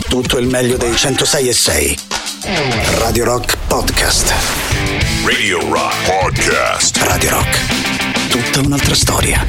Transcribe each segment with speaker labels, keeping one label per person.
Speaker 1: tutto il meglio dei 106.6. Radio Rock Podcast.
Speaker 2: Radio Rock Podcast.
Speaker 1: Radio Rock. Tutta un'altra storia.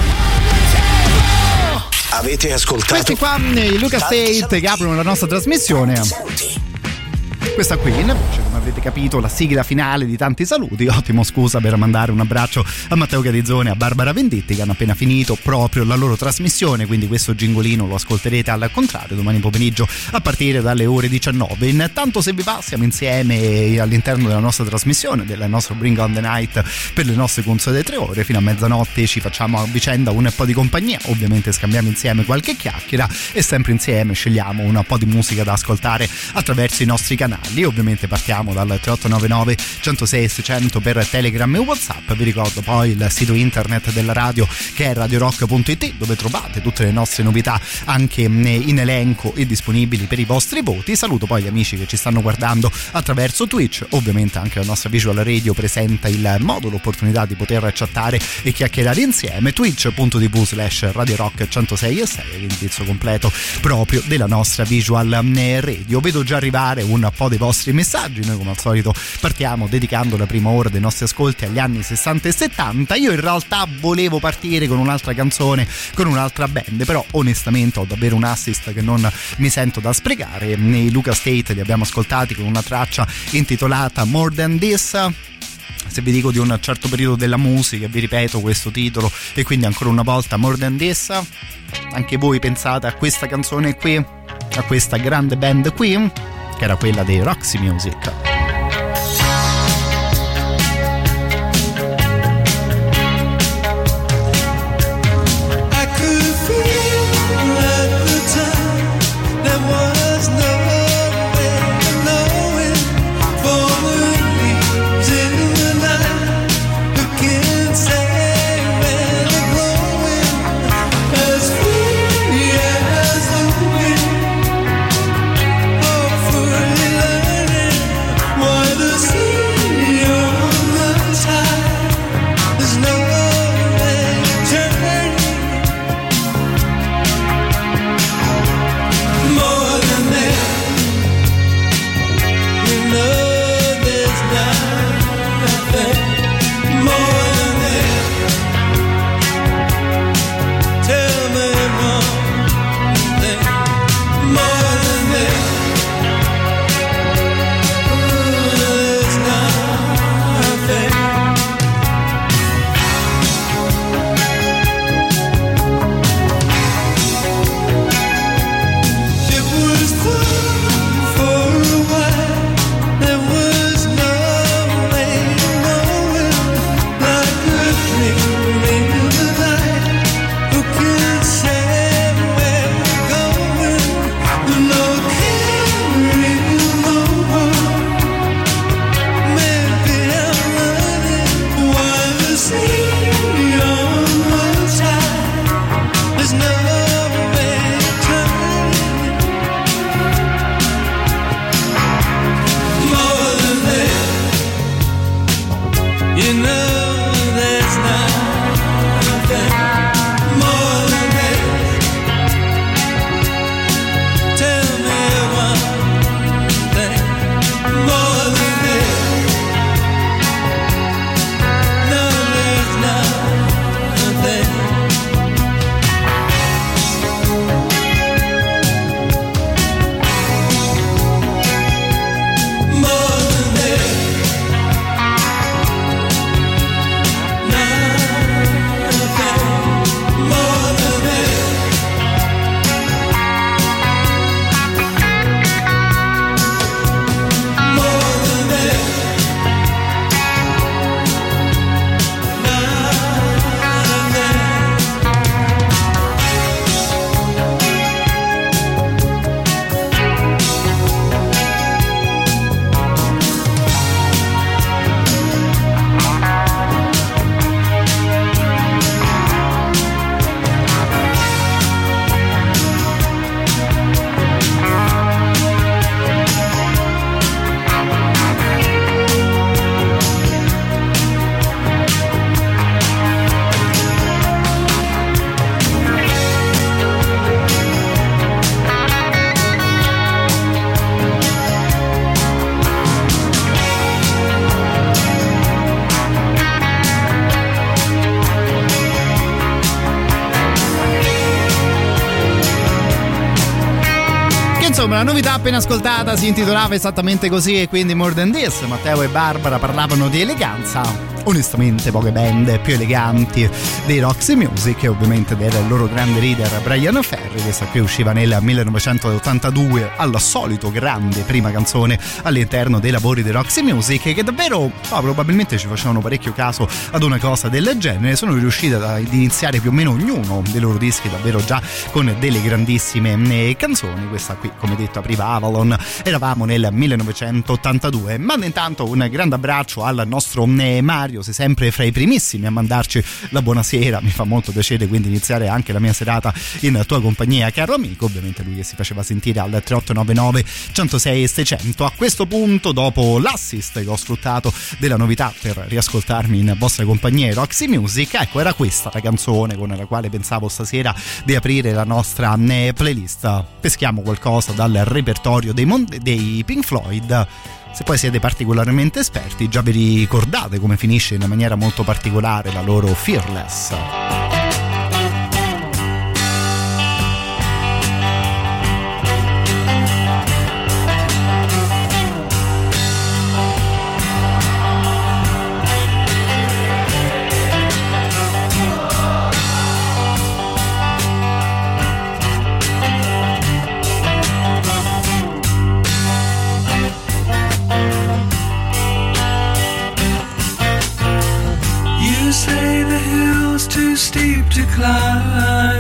Speaker 1: Avete ascoltato?
Speaker 3: Questi qua, i Luca State, che aprono la nostra trasmissione. Questa qui, come avrete capito, la sigla finale di Tanti Saluti. Ottimo scusa per mandare un abbraccio a Matteo Catizzone e a Barbara Venditti, che hanno appena finito proprio la loro trasmissione, quindi questo gingolino lo ascolterete al contrario domani pomeriggio a partire dalle ore 19. Intanto, se vi va, siamo insieme all'interno della nostra trasmissione, del nostro Bring on the Night, per le nostre consuete 3 ore fino a mezzanotte. Ci facciamo a vicenda un po' di compagnia, ovviamente scambiamo insieme qualche chiacchiera e sempre insieme scegliamo un po' di musica da ascoltare attraverso i nostri canali. Ovviamente partiamo dal 3899 106 600 per Telegram e WhatsApp. Vi ricordo poi il sito internet della radio, che è radiorock.it, dove trovate tutte le nostre novità anche in elenco e disponibili per i vostri voti. Saluto poi gli amici che ci stanno guardando attraverso Twitch. Ovviamente anche la nostra Visual Radio presenta il modo, l'opportunità di poter chattare e chiacchierare insieme. Twitch.tv/Radio Rock 106.6 è l'indirizzo completo proprio della nostra Visual Radio. Vedo già arrivare un po' dei vostri messaggi. Noi come al solito partiamo dedicando la prima ora dei nostri ascolti agli anni 60 e 70. Io in realtà volevo partire con un'altra canzone, con un'altra band, però onestamente ho davvero un assist che non mi sento da sprecare. Nei Luca State li abbiamo ascoltati con una traccia intitolata More Than This. Se vi dico di un certo periodo della musica, vi ripeto questo titolo e quindi ancora una volta More Than This, anche voi pensate a questa canzone qui, a questa grande band qui, che era quella dei Roxy Music. Insomma, la novità appena ascoltata si intitolava esattamente così, e quindi More Than This. Matteo e Barbara parlavano di eleganza. Onestamente poche band più eleganti dei Roxy Music, e ovviamente del loro grande leader Brian Ferry. Questa qui usciva nel 1982, al solito grande prima canzone all'interno dei lavori dei Roxy Music, che davvero probabilmente ci facevano parecchio caso ad una cosa del genere. Sono riusciti ad iniziare più o meno ognuno dei loro dischi davvero già con delle grandissime canzoni. Questa qui, come detto, apriva Avalon. Eravamo nel 1982. Mando intanto un grande abbraccio al nostro Mario, sei sempre fra i primissimi a mandarci la buonasera. Mi fa molto piacere quindi iniziare anche la mia serata in tua compagnia, caro amico. Ovviamente lui che si faceva sentire al 3899 106 e 600. A questo punto, dopo l'assist che ho sfruttato della novità per riascoltarmi in vostra compagnia Roxy Music, ecco, era questa la canzone con la quale pensavo stasera di aprire la nostra playlist. Peschiamo qualcosa dal repertorio dei Pink Floyd. Se poi siete particolarmente esperti, già vi ricordate come finisce in maniera molto particolare la loro Fearless.
Speaker 4: Too steep to climb.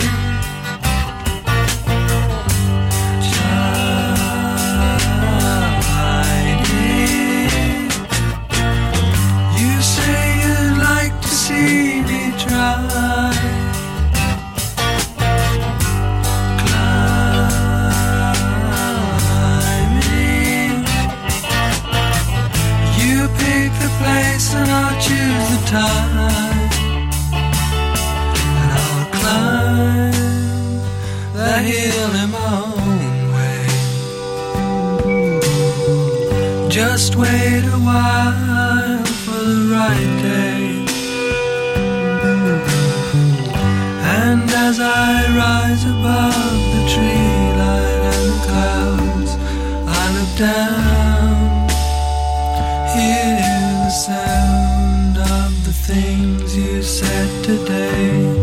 Speaker 4: You say you'd like to see me try. Climbing. You pick the place and I'll choose the time. The hill in my own way. Just wait a while for the right day. And as I rise above the tree line and the clouds, I look down, hear the sound of the things you said today.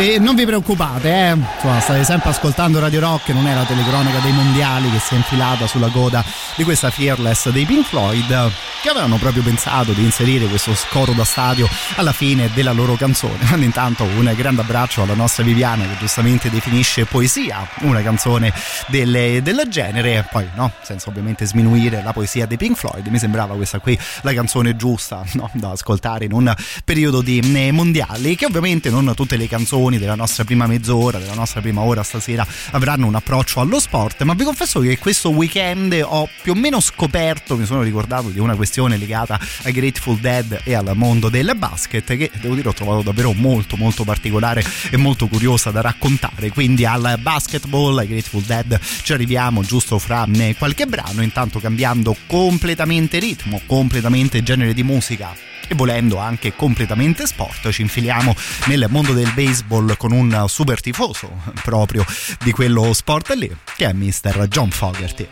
Speaker 3: E non vi preoccupate, insomma, state sempre ascoltando Radio Rock, non è la telecronaca dei mondiali che si è infilata sulla coda di questa Fearless dei Pink Floyd, che avevano proprio pensato di inserire questo scoro da stadio alla fine della loro canzone. Ma intanto un grande abbraccio alla nostra Viviana, che giustamente definisce poesia una canzone del genere, poi no, senza ovviamente sminuire la poesia dei Pink Floyd, mi sembrava questa qui la canzone giusta, no, da ascoltare in un periodo di mondiali, che ovviamente non tutte le canzoni della nostra prima mezz'ora, della nostra prima ora stasera avranno un approccio allo sport, ma vi confesso che questo weekend ho più o meno scoperto, mi sono ricordato di una questione legata ai Grateful Dead e al mondo del basket, che devo dire ho trovato davvero molto molto particolare e molto curiosa da raccontare. Quindi al basketball, ai Grateful Dead ci arriviamo giusto fra qualche brano, intanto cambiando completamente ritmo, completamente genere di musica e volendo anche completamente sport, ci infiliamo nel mondo del baseball con un super tifoso proprio di quello sport lì, che è Mr. John Fogerty.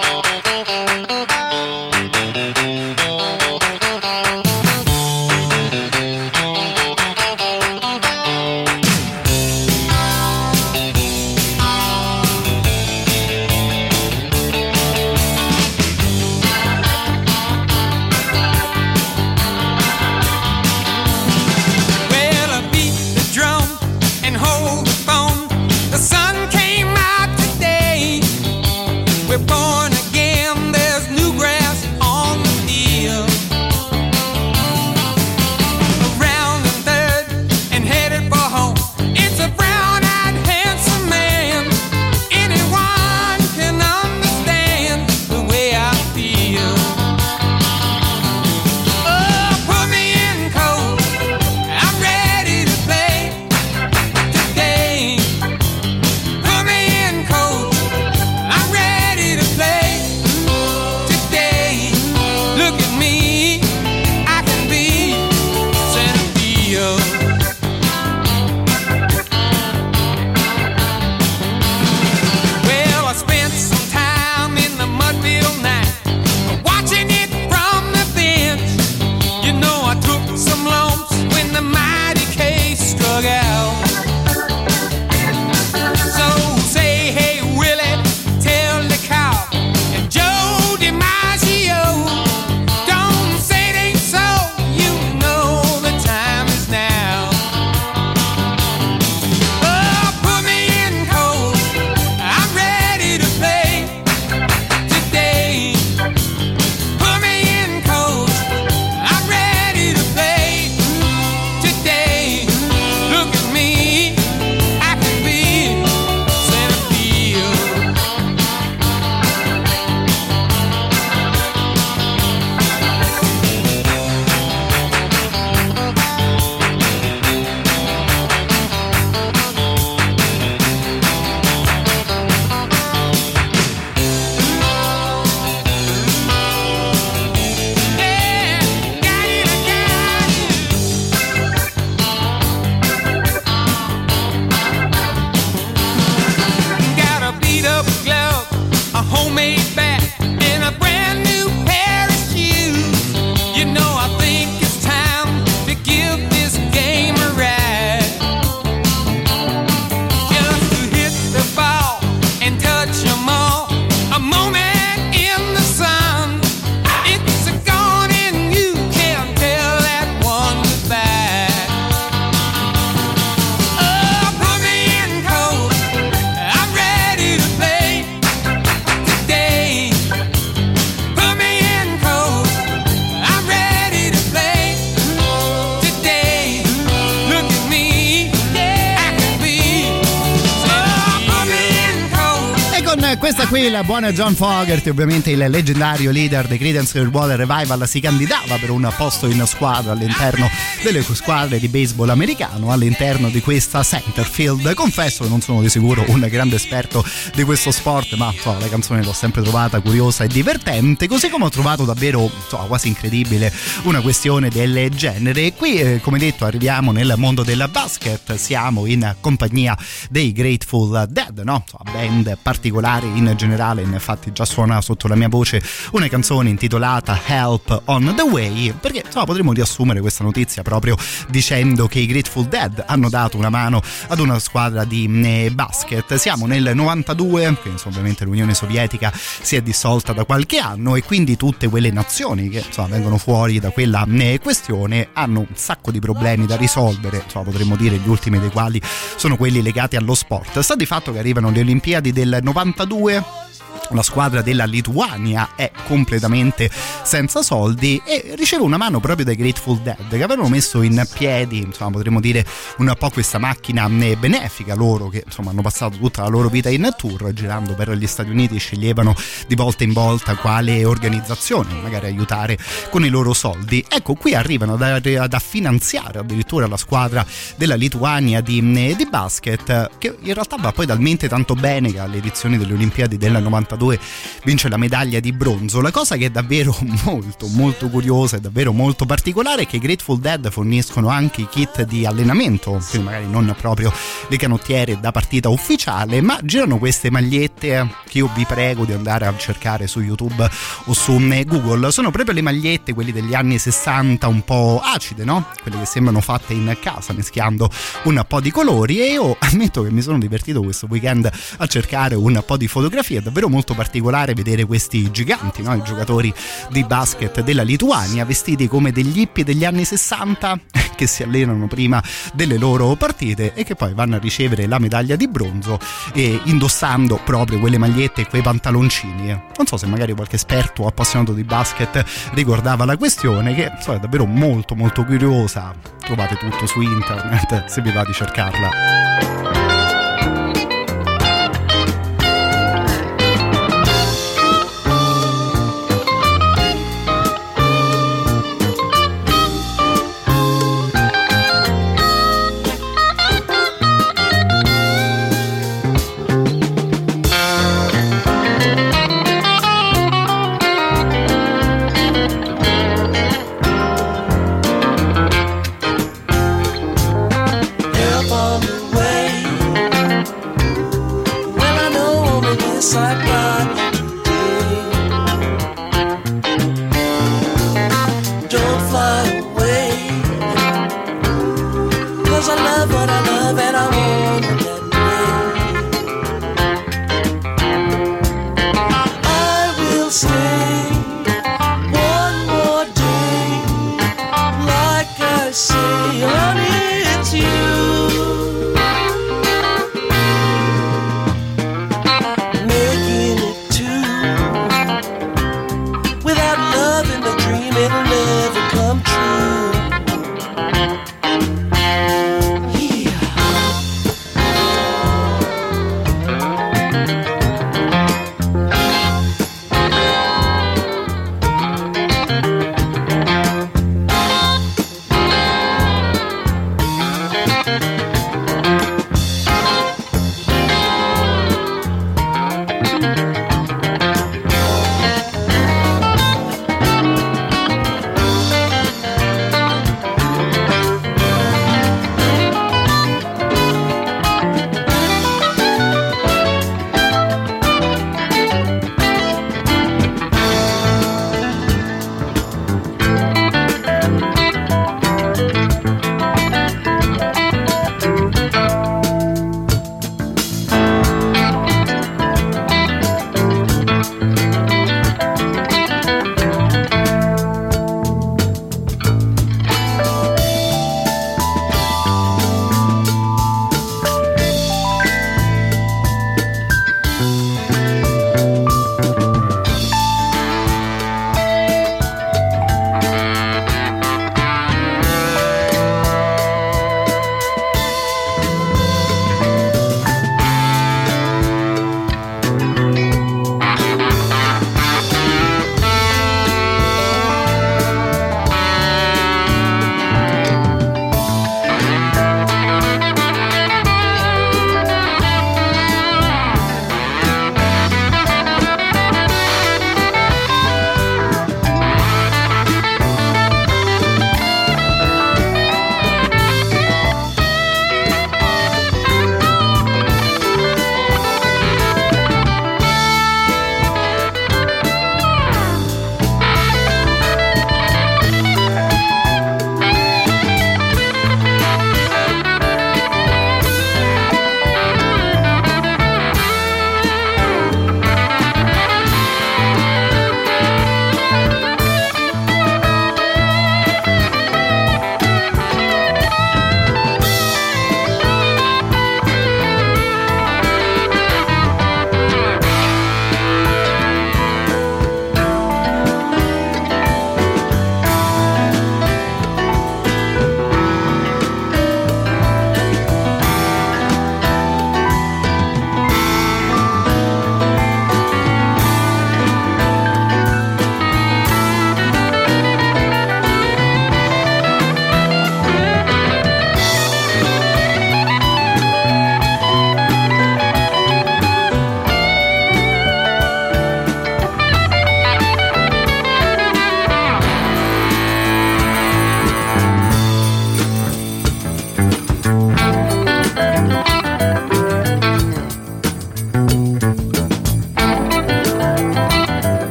Speaker 5: Born again, there's new grass on the field. Around the third and headed for home. It's a brown-eyed, handsome man. Anyone can understand the way I feel. Oh, put me in cold, I'm ready to play today. Put me in cold, I'm ready to play today. Look at me, I can be center field. Well, I spent some time in the Mudville night, watching it from the bench. You know I took some lumps when the mighty case struck out. So say, hey Willie, tell the cop and Joe DiMaggio, don't say it ain't so, you know the time is now. Oh, put me in cold, I'm ready to play today. Put me in cold, I'm ready to play today. Look at me, I can be center field. Yeah, got it, I got it. Got a beat up glove, a homemade bat, and a brand new pair of shoes. You know I think it's time to give this game a ride. Just to hit the ball and touch 'em all. A moment in the sun. It's gone and you can't tell that one goodbye. Oh, put me in cold, I'm ready to play today. Put me in cold, I'm ready to play today. Look at me, I can be. Oh, put me in cold.
Speaker 3: E con questa qui la buona John Fogerty, ovviamente il leggendario leader dei Creedence Clearwater Revival, si candidava per un posto in squadra all'interno delle squadre di baseball americano, all'interno di questa Centerfield. Confesso che non sono di sicuro un grande esperto di questo sport, ma insomma, la canzone l'ho sempre trovata curiosa e divertente, così come ho trovato davvero quasi incredibile una questione del genere. Qui come detto arriviamo nel mondo del basket, siamo in compagnia dei Grateful Dead, no? Band particolare in in generale. Infatti già suona sotto la mia voce una canzone intitolata Help on the Way, perché insomma potremmo riassumere questa notizia proprio dicendo che i Grateful Dead hanno dato una mano ad una squadra di basket. Siamo nel 92, quindi insomma, ovviamente l'Unione Sovietica si è dissolta da qualche anno e quindi tutte quelle nazioni che insomma vengono fuori da quella questione hanno un sacco di problemi da risolvere, insomma potremmo dire gli ultimi dei quali sono quelli legati allo sport. Sta di fatto che arrivano le Olimpiadi del 92, la squadra della Lituania è completamente senza soldi e riceve una mano proprio dai Grateful Dead, che avevano messo in piedi, insomma potremmo dire un po' questa macchina benefica. Loro che insomma hanno passato tutta la loro vita in tour girando per gli Stati Uniti, sceglievano di volta in volta quale organizzazione magari aiutare con i loro soldi. Ecco, qui arrivano da finanziare addirittura la squadra della Lituania di basket, che in realtà va poi talmente tanto bene che alle edizioni delle Olimpiadi del 92 vince la medaglia di bronzo. La cosa che è davvero molto curiosa e davvero molto particolare è che i Grateful Dead forniscono anche i kit di allenamento, quindi magari non proprio le canottiere da partita ufficiale, ma girano queste magliette che io vi prego di andare a cercare su YouTube o su Google. Sono proprio le magliette, quelli degli anni 60, un po' acide, no? Quelle che sembrano fatte in casa mischiando un po' di colori, e io ammetto che mi sono divertito questo weekend a cercare un po' di fotografie. È davvero molto particolare vedere questi giganti, no? I giocatori di basket della Lituania vestiti come degli hippie degli anni 60 che si allenano prima delle loro partite e che poi vanno a ricevere la medaglia di bronzo e indossando proprio quelle magliette e quei pantaloncini. Non so se magari qualche esperto o appassionato di basket ricordava la questione, che insomma, è davvero molto curiosa. Trovate tutto su internet se vi va di cercarla.
Speaker 6: To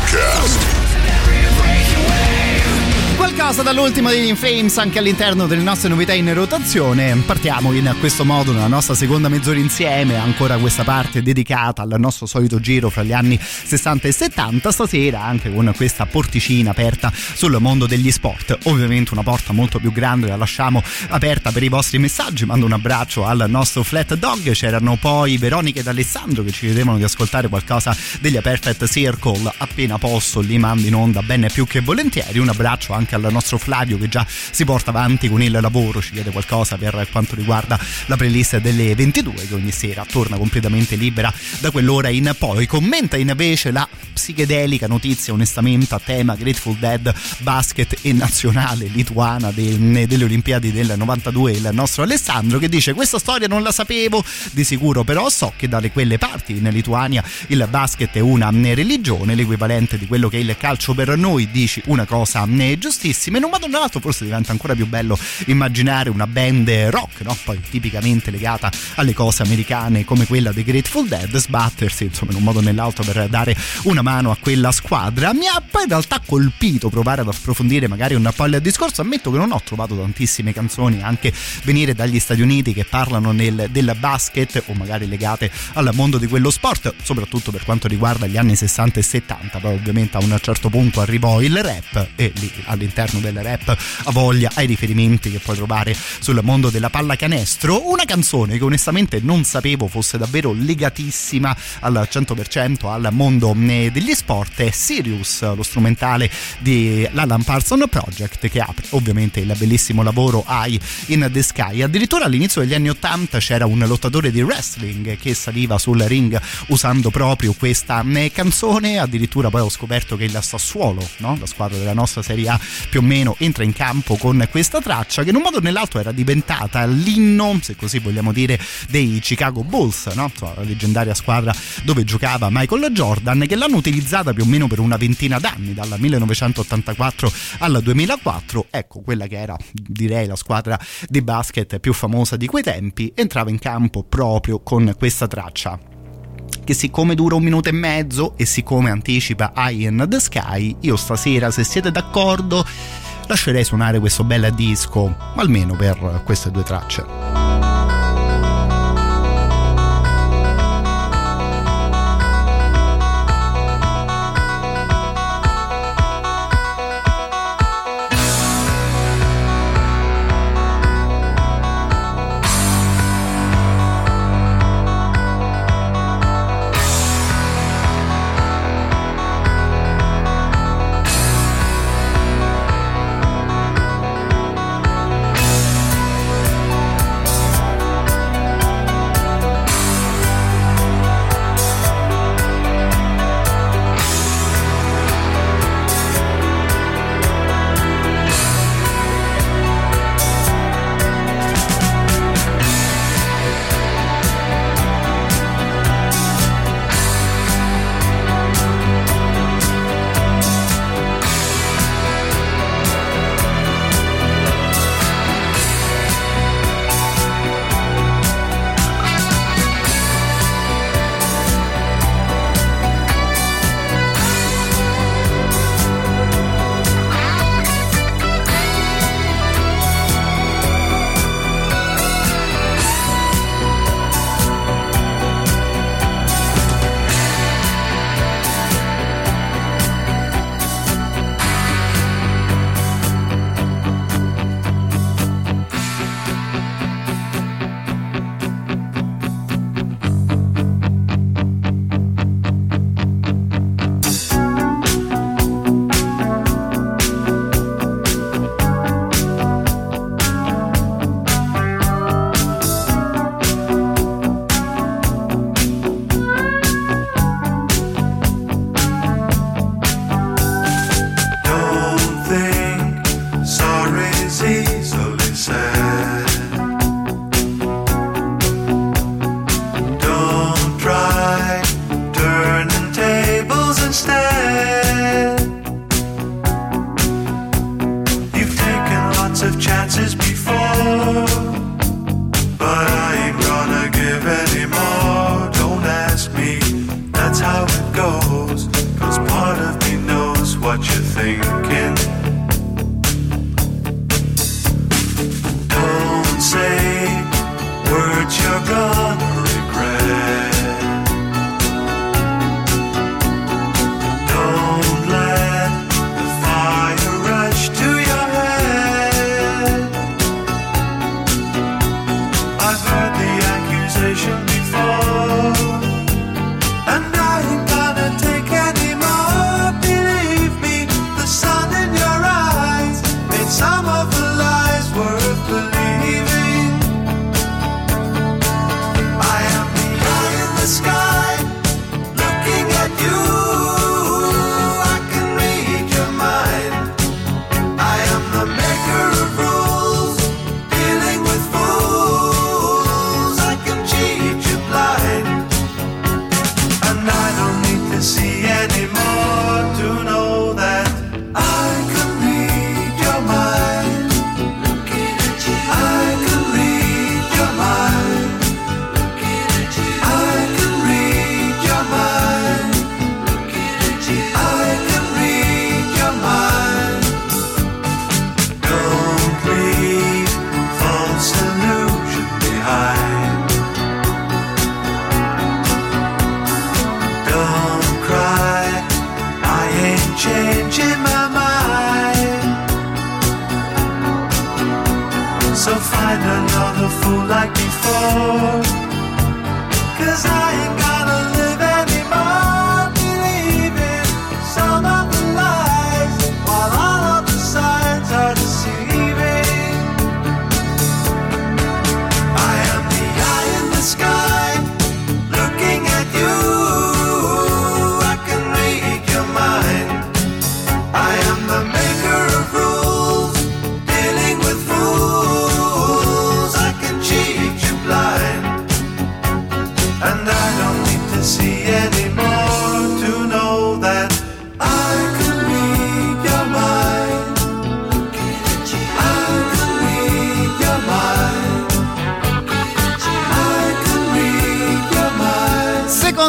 Speaker 2: Podcast.
Speaker 3: Qualcosa dall'ultimo degli In Flames anche all'interno delle nostre novità in rotazione. Partiamo in questo modo nella nostra seconda mezz'ora insieme, ancora questa parte dedicata al nostro solito giro fra gli anni 60 e 70, stasera anche con questa porticina aperta sul mondo degli sport. Ovviamente una porta molto più grande, la lasciamo aperta per i vostri messaggi. Mando un abbraccio al nostro Flat Dog. C'erano poi Veronica ed Alessandro che ci chiedevano di ascoltare qualcosa degli A Perfect Circle. Appena posso li mando in onda bene più che volentieri. Un abbraccio anche al nostro Flavio che già si porta avanti con il lavoro, ci chiede qualcosa per quanto riguarda la playlist delle 22 che ogni sera torna completamente libera da quell'ora in poi. Commenta invece la psichedelica notizia onestamente a tema Grateful Dead, basket e nazionale lituana delle Olimpiadi del 92 il nostro Alessandro, che dice: questa storia non la sapevo di sicuro, però so che dalle quelle parti in Lituania il basket è una religione, l'equivalente di quello che è il calcio per noi. Dici una cosa giustissima. In un modo o nell'altro forse diventa ancora più bello immaginare una band rock, no? Poi tipicamente legata alle cose americane come quella dei Grateful Dead, sbattersi insomma in un modo o nell'altro per dare una mano a quella squadra. Mi ha poi in realtà colpito provare ad approfondire magari un po' il discorso. Ammetto che non ho trovato tantissime canzoni anche venire dagli Stati Uniti che parlano del basket o magari legate al mondo di quello sport, soprattutto per quanto riguarda gli anni 60 e 70. Poi ovviamente a un certo punto arrivò il rap e lì all'interno del rap a voglia ai riferimenti che puoi trovare sul mondo della pallacanestro. Una canzone che onestamente non sapevo fosse davvero legatissima al 100% al mondo degli sport è Sirius, lo strumentale di l'Alan Parsons Project, che apre ovviamente il bellissimo lavoro Eye in the Sky. Addirittura all'inizio degli anni 80 c'era un lottatore di wrestling che saliva sul ring usando proprio questa canzone. Addirittura poi ho scoperto che il Sassuolo, no? La squadra della nostra Serie A più o meno entra in campo con questa traccia che in un modo o nell'altro era diventata l'inno, se così vogliamo dire, dei Chicago Bulls, no? La leggendaria squadra dove giocava Michael Jordan, che l'hanno utilizzata più o meno per una ventina d'anni, dal 1984 al 2004. Ecco, quella che era, direi, la squadra di basket più famosa di quei tempi entrava in campo proprio con questa traccia, che siccome dura 1 minuto e mezzo e siccome anticipa Eye in the Sky, io stasera, se siete d'accordo, lascerei suonare questo bel disco almeno per queste due tracce.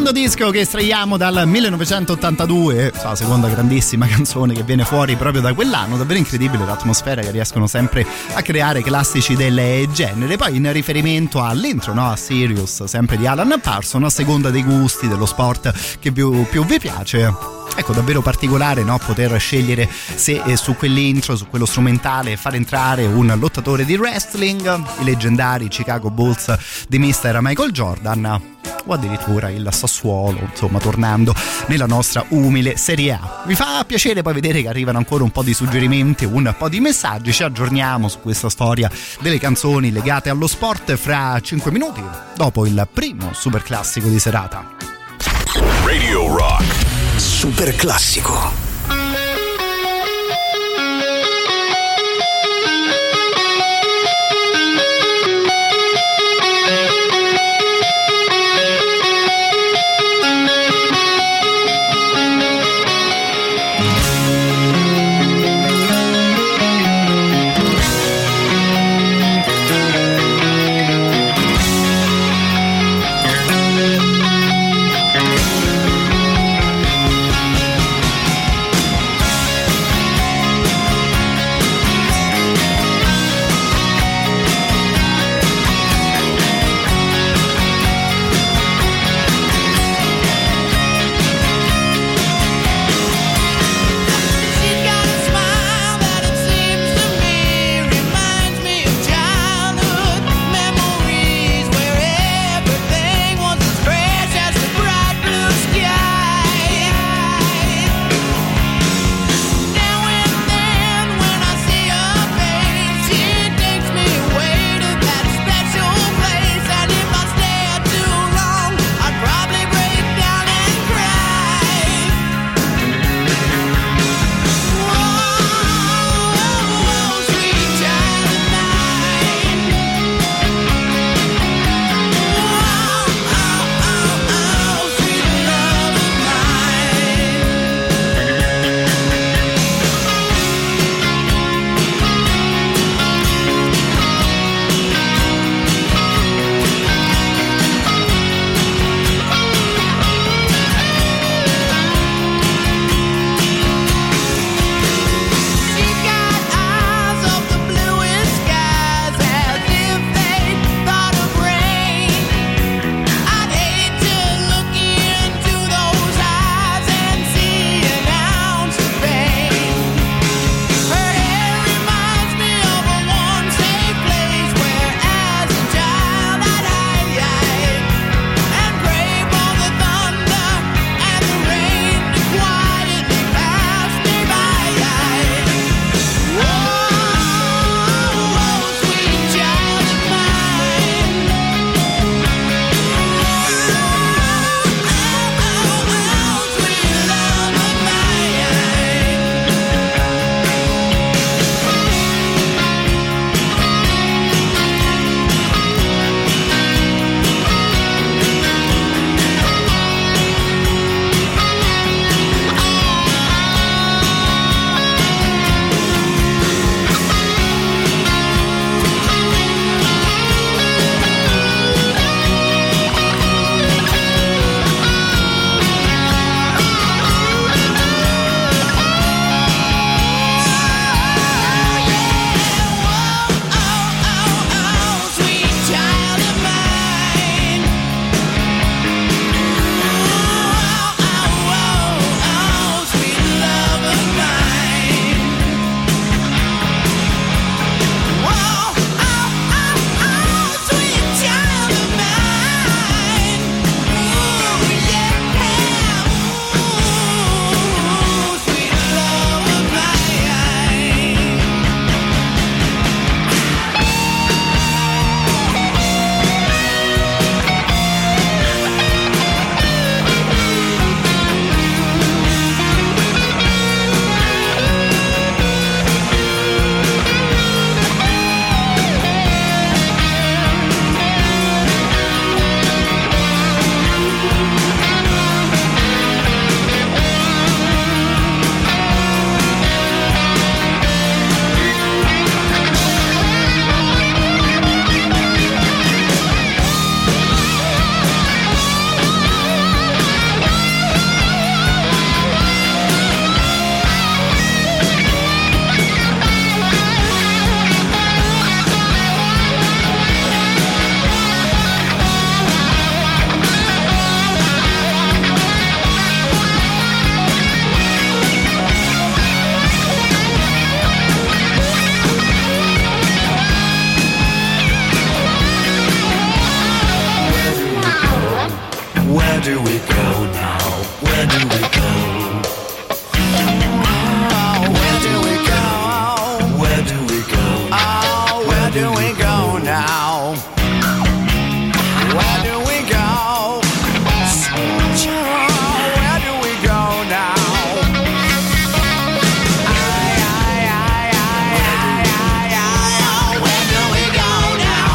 Speaker 3: Secondo disco che estraiamo dal 1982, la seconda grandissima canzone che viene fuori proprio da quell'anno. Davvero incredibile l'atmosfera che riescono sempre a creare classici del genere. Poi in riferimento all'intro, no? A Sirius, sempre di Alan Parsons, a seconda dei gusti, dello sport che più vi piace. Ecco, davvero particolare, no? Poter scegliere se su quell'intro, su quello strumentale, far entrare un lottatore di wrestling, i leggendari Chicago Bulls di Mr. Michael Jordan, o addirittura il Sassuolo, insomma, tornando nella nostra umile Serie A. Vi fa piacere poi vedere che arrivano ancora un po' di suggerimenti, un po' di messaggi. Ci aggiorniamo su questa storia delle canzoni legate allo sport fra 5 minuti, dopo il primo super classico di serata.
Speaker 2: Radio Rock.
Speaker 1: Super classico.
Speaker 4: Where do we go now? Where do we go?
Speaker 5: Where do we go?
Speaker 4: Where do we go?
Speaker 5: Oh, where do we go now? Where do we go? Where do we go now? Where do we go now?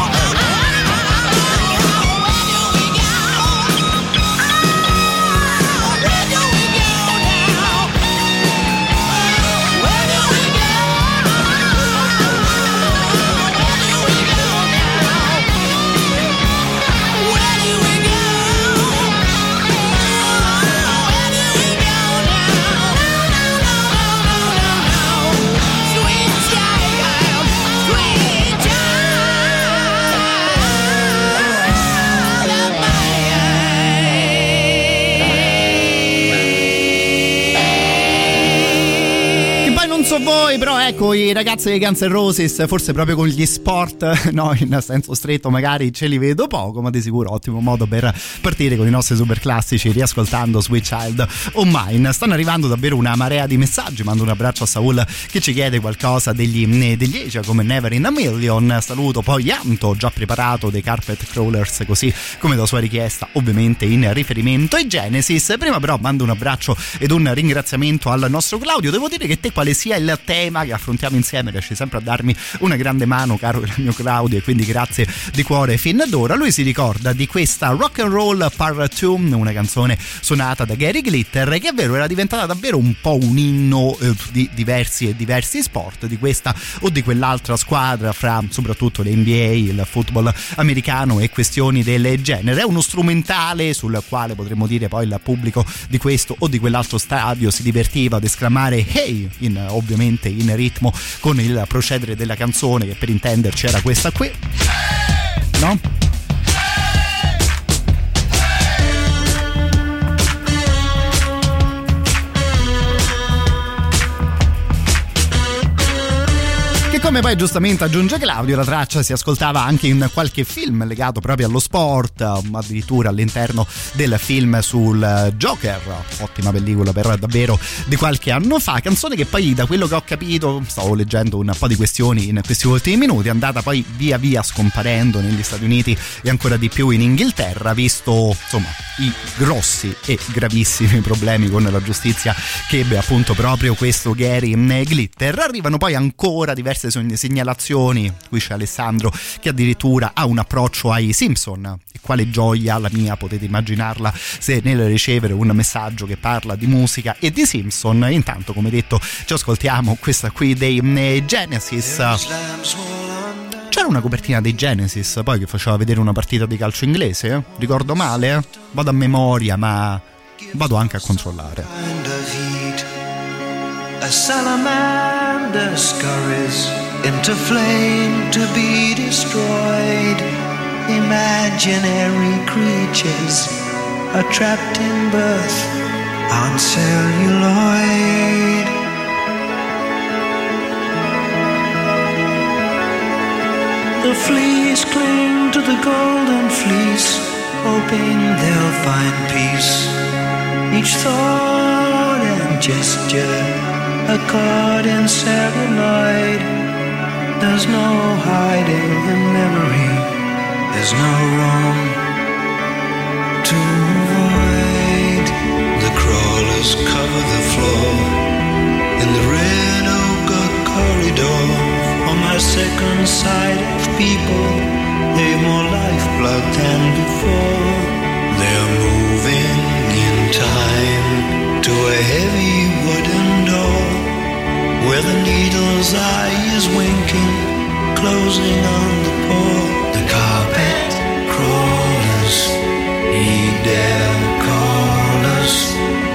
Speaker 3: So voi, però ecco, i ragazzi dei Guns N' Roses forse proprio con gli sport, no, in senso stretto magari ce li vedo poco, ma di sicuro ottimo modo per partire con i nostri super classici riascoltando Sweet Child O' Mine. Stanno arrivando davvero una marea di messaggi, mando un abbraccio a Saul che ci chiede qualcosa degli Asia come Never in a Million. Saluto poi Anto, già preparato dei Carpet Crawlers, così come da sua richiesta ovviamente in riferimento ai Genesis. Prima però mando un abbraccio ed un ringraziamento al nostro Claudio. Devo dire che te quale sia il tema che affrontiamo insieme riesci sempre a darmi una grande mano, caro il mio Claudio, e quindi grazie di cuore fin d'ora. Lui si ricorda di questa Rock and Roll Part 2, una canzone suonata da Gary Glitter, che è vero era diventata davvero un po' un inno di diversi sport, di questa o di quell'altra squadra, fra soprattutto le NBA, il football americano e questioni del genere. È uno strumentale sul quale potremmo dire poi il pubblico di questo o di quell'altro stadio si divertiva ad esclamare hey, ovviamente in ritmo con il procedere della canzone, che per intenderci era questa qui, no? Come poi giustamente aggiunge Claudio, la traccia si ascoltava anche in qualche film legato proprio allo sport, addirittura all'interno del film sul Joker, ottima pellicola per davvero di qualche anno fa. Canzone che poi, da quello che ho capito, stavo leggendo un po' di questioni in questi ultimi minuti, è andata poi via via scomparendo negli Stati Uniti e ancora di più in Inghilterra, visto insomma i grossi e gravissimi problemi con la giustizia che ebbe appunto proprio questo Gary Glitter. Arrivano poi ancora diverse segnalazioni. Qui c'è Alessandro che addirittura ha un approccio ai Simpson, e quale gioia la mia, potete immaginarla, se nel ricevere un messaggio che parla di musica e di Simpson. Intanto, come detto, ci ascoltiamo questa qui dei Genesis. C'era una copertina dei Genesis poi che faceva vedere una partita di calcio inglese, ricordo male? Vado a memoria, ma vado anche a controllare.
Speaker 4: A salamander scurries into flame to be destroyed. Imaginary creatures are trapped in birth on celluloid. The fleas cling to the golden fleece, hoping they'll find peace. Each thought and gesture a chord in celluloid. There's no hiding in memory. There's no room to avoid. The crawlers cover the floor in the red ochre corridor. On my second side of people, they've more lifeblood than before. They're moving in time to a heavy wooden door, where the needle's eye is winking, closing on the poor. The carpet crawlers heed their callers.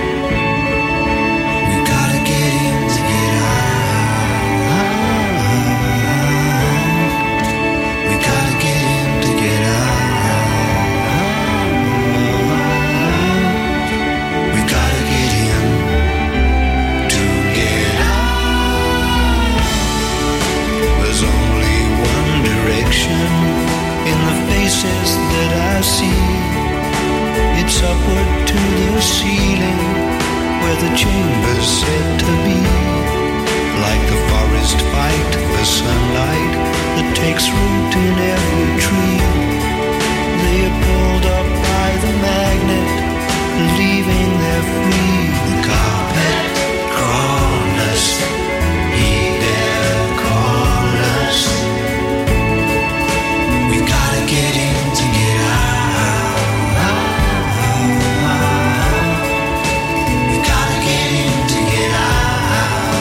Speaker 4: We gotta get in to get out. We gotta get in to get out. upward to the ceiling, where the chamber's said to be. Like the forest fight for sunlight that takes root in every tree. They are pulled up by the magnet, leaving their free. The carpet crawlers, heed their callers. We've gotta get in to get out. We've gotta get in to get out.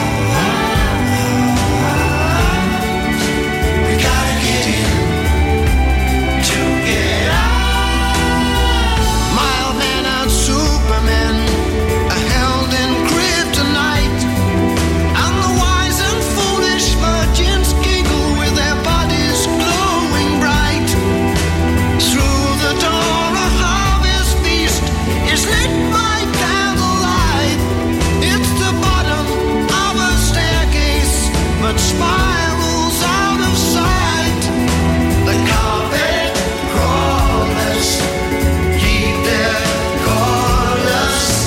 Speaker 4: We gotta get in to get out. Mild man and Superman are held in kryptonite, and the wise and foolish virgins giggle with their bodies glowing bright. Through the door a harvest feast is lit by candlelight. It's the bottom of a staircase, but spirals out of sight. The carpet crawlers heed their callers.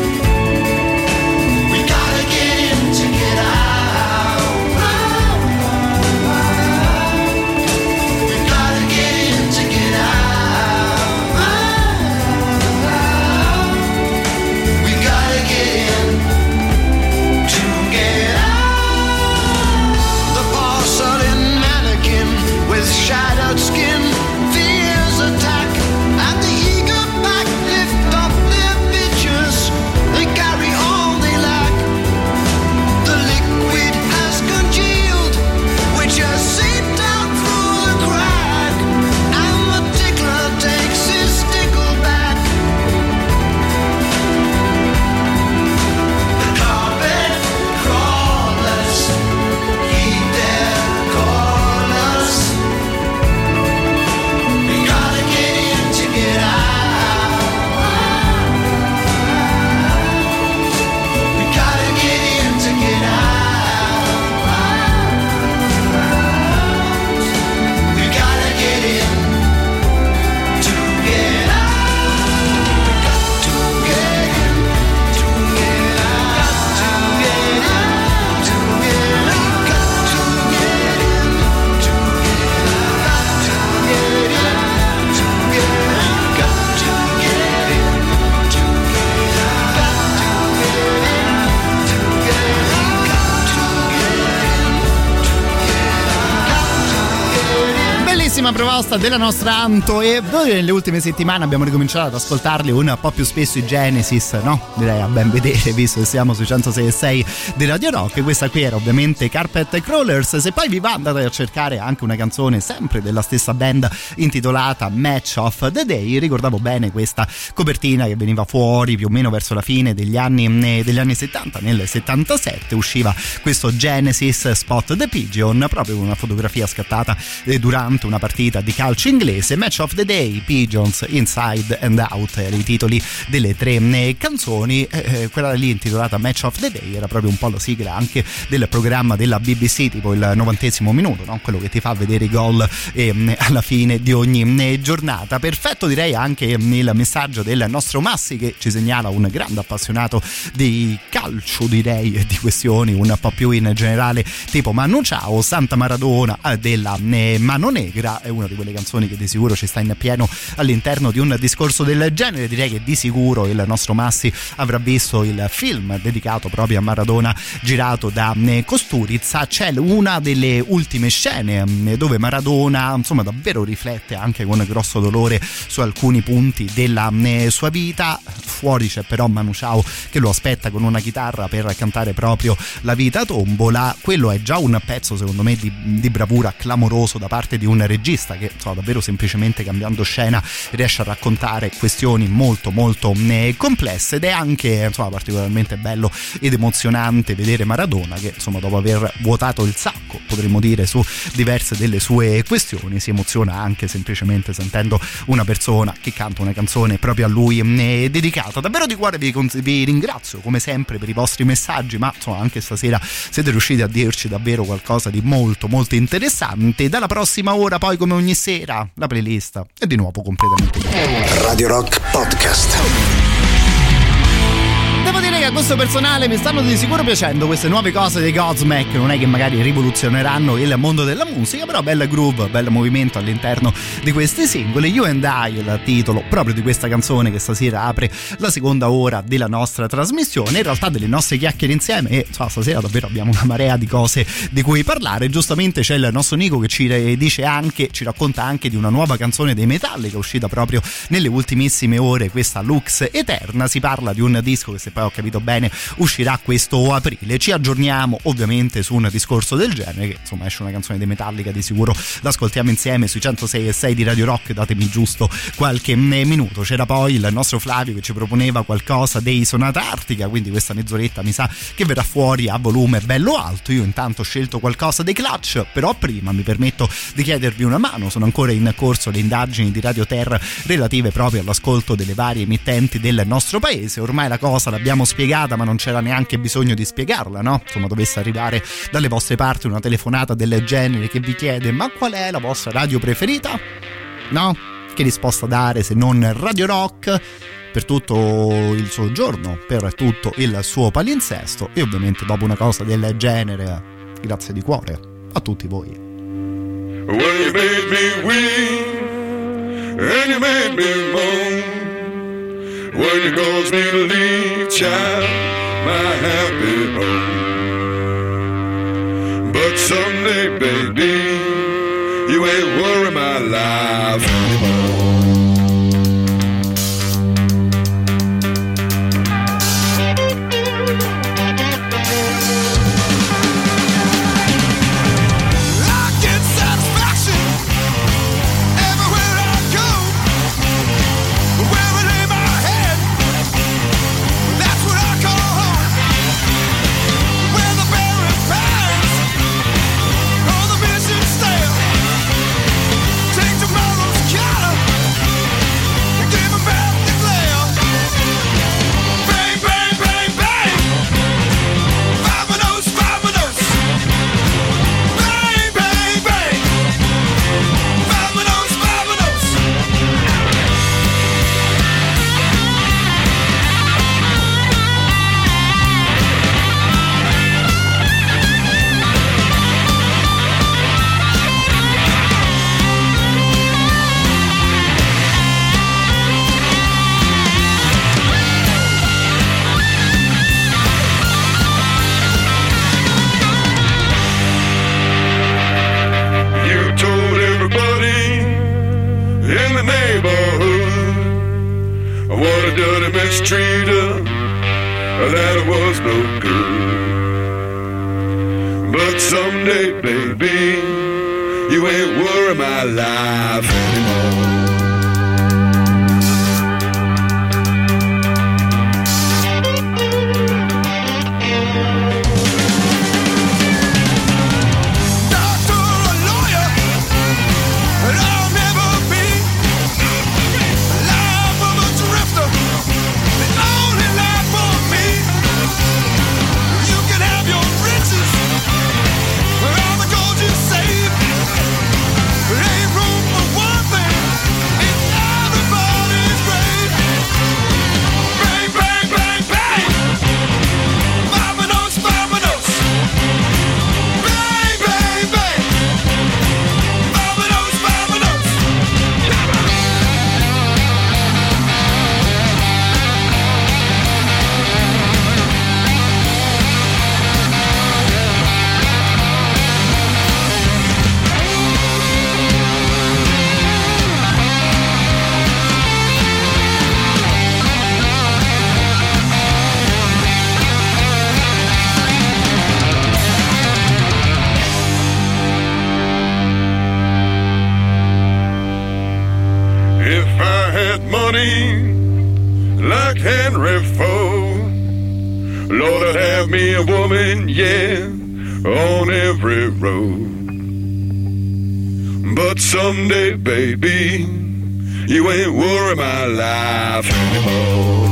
Speaker 4: We gotta get in to get out. We gotta get in to get out. We gotta get in to get out. The porcelain mannequin with shattered skin fears attack, and the eager pack lift up their pitchers. They carry all they lack. The liquid has congealed, which has seeped out through the crack, and the tickler takes his stickle back. The carpet crawlers heed their callers. We gotta get in to get out. We gotta get in to get out. We gotta get in to get out. Got to get in to get out. To get out. To get out. Got to get in to get out. To get in to get out. Got to get in to get out. Got to get in to get out. Got to get in.
Speaker 3: Bellissima proposta della nostra Anto, e noi nelle ultime settimane abbiamo ricominciato ad ascoltarli un po' più spesso i Genesis, no? Direi a ben vedere, visto che siamo sui 106.6 di Radio Rock. Questa qui era ovviamente Carpet Crawlers. Se poi vi va, andate a cercare anche una canzone sempre della stessa band intitolata Match of the Day. Ricordavo bene questa copertina che veniva fuori più o meno verso la fine degli anni 70. Nel 77 usciva questo Genesis Spot the Pigeon, proprio con una fotografia scattata durante una partita di calcio inglese. Match of the Day, Pigeons, Inside and Out, i titoli delle tre canzoni. Quella lì intitolata Match of the Day era proprio un po' la sigla anche del programma della BBC, tipo il 90° minuto, no? Quello che ti fa vedere i gol alla fine di ogni giornata. Perfetto, direi anche il messaggio del nostro Massi, che ci segnala un grande appassionato di calcio, direi, di questioni un po' più in generale, tipo Manu Ciao, Santa Maradona della Mano Negra. È una di quelle canzoni che di sicuro ci sta in pieno all'interno di un discorso del genere. Direi che di sicuro il nostro Massi avrà visto il film dedicato proprio a Maradona girato da Kusturica. C'è una delle ultime scene dove Maradona insomma davvero riflette anche con grosso dolore su alcuni punti della sua vita. Fuori c'è però Manu Ciao che lo aspetta con una chitarra per cantare proprio La vita tombola. Quello è già un pezzo secondo me di bravura clamoroso da parte di un regista che insomma, davvero semplicemente cambiando scena riesce a raccontare questioni molto molto complesse, ed è anche insomma particolarmente bello ed emozionante vedere Maradona che insomma dopo aver vuotato il sacco, potremmo dire, su diverse delle sue questioni, si emoziona anche semplicemente sentendo una persona che canta una canzone proprio a lui dedicata. Davvero di cuore vi ringrazio come sempre per i vostri messaggi, ma insomma anche stasera siete riusciti a dirci davvero qualcosa di molto molto interessante. Dalla prossima ora poi come ogni sera la playlist è di nuovo completamente diversa.
Speaker 1: Radio Rock Podcast.
Speaker 3: Devo dire che a questo personale mi stanno di sicuro piacendo queste nuove cose dei Godsmack. Non è che magari rivoluzioneranno il mondo della musica, però bella groove, bel movimento all'interno di questi singoli. You and I, il titolo proprio di questa canzone che stasera apre la seconda ora della nostra trasmissione, in realtà delle nostre chiacchiere insieme. E stasera davvero abbiamo una marea di cose di cui parlare. Giustamente c'è il nostro Nico che ci racconta anche di una nuova canzone dei Metallica uscita proprio nelle ultimissime ore, questa Lux Eterna. Si parla di un disco che, se poi ho capito bene, uscirà questo aprile. Ci aggiorniamo ovviamente su un discorso del genere, che insomma esce una canzone dei Metallica, di sicuro l'ascoltiamo insieme sui 106.6 di Radio Rock. Datemi giusto qualche minuto. C'era poi il nostro Flavio che ci proponeva qualcosa dei Sonata Artica, quindi questa mezz'oretta mi sa che verrà fuori a volume bello alto. Io intanto ho scelto qualcosa dei Clutch, però prima mi permetto di chiedervi una mano. Sono ancora in corso le indagini di Radio Terra relative proprio all'ascolto delle varie emittenti del nostro paese. Ormai la cosa l'abbiamo spiegata, ma non c'era neanche bisogno di spiegarla, no? Insomma, dovesse arrivare dalle vostre parti una telefonata del genere che vi chiede: ma qual è la vostra radio preferita? No? Che risposta dare se non Radio Rock per tutto il suo giorno, per tutto il suo palinsesto? E ovviamente dopo una cosa del genere, grazie di cuore a tutti voi.
Speaker 6: Well, you made me weep and you made me moan. When you caused me to leave, child, my happy home. But someday, baby, you ain't worry my life anymore. Mistreater, that was no good. But someday, baby, you ain't worry my life anymore. Like Henry Ford, Lord, I'd have me a woman, yeah, on every road. But someday, baby, you ain't worry my life anymore.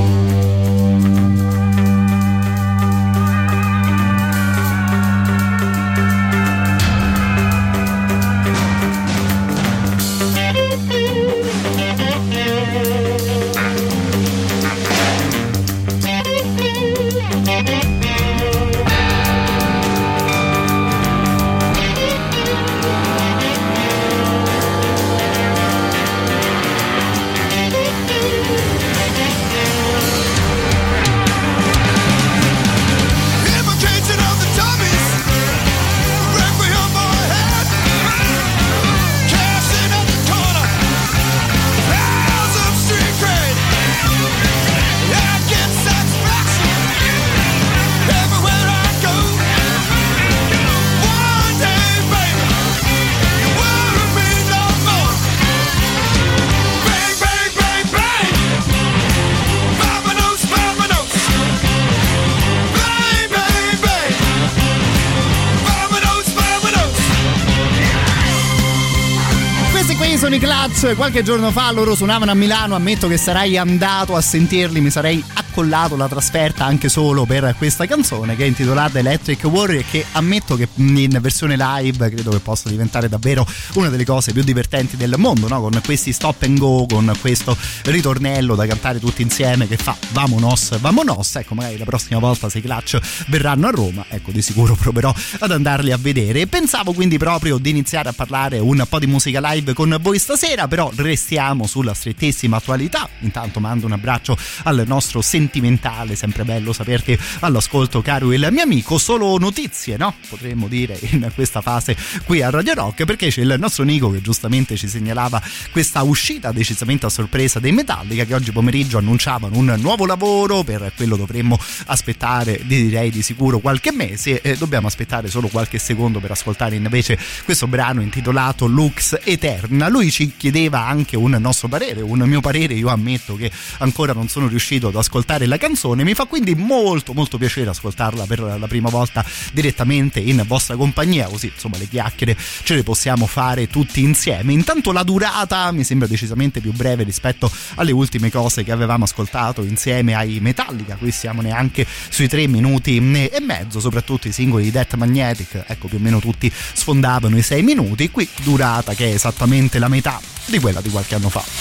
Speaker 3: erano i Clutch, qualche giorno fa loro suonavano a Milano, ammetto che sarei andato a sentirli, mi sarei accollato la trasferta anche solo per questa canzone che è intitolata Electric Warrior e che ammetto che in versione live credo che possa diventare davvero una delle cose più divertenti del mondo, no? Con questi stop and go, con questo ritornello da cantare tutti insieme che fa vamonos, vamonos. Ecco, magari la prossima volta se i Clutch verranno a Roma, ecco, di sicuro proverò ad andarli a vedere. Pensavo quindi proprio di iniziare a parlare un po' di musica live con voi stasera, però restiamo sulla strettissima attualità. Intanto mando un abbraccio al nostro sentimentale, sempre bello saperti all'ascolto, caro il mio amico. Solo notizie, no? Potremmo dire in questa fase qui a Radio Rock, perché c'è il nostro Nico che giustamente ci segnalava questa uscita decisamente a sorpresa dei Metallica, che oggi pomeriggio annunciavano un nuovo lavoro. Per quello dovremmo aspettare, direi di sicuro qualche mese, e dobbiamo aspettare solo qualche secondo per ascoltare invece questo brano intitolato Lux Eterna. Lui ci chiedeva anche un nostro parere, un mio parere. Io ammetto che ancora non sono riuscito ad ascoltare la canzone, mi fa quindi molto molto piacere ascoltarla per la prima volta direttamente in vostra compagnia, così insomma le chiacchiere ce le possiamo fare tutti insieme. Intanto la durata mi sembra decisamente più breve rispetto alle ultime cose che avevamo ascoltato insieme ai Metallica. Qui siamo neanche sui 3 minuti e mezzo, soprattutto i singoli di Death Magnetic, ecco, più o meno tutti sfondavano i 6 minuti. Qui durata che è esattamente la metà di quella di qualche anno fa.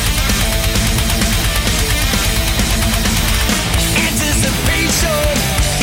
Speaker 4: Anticipation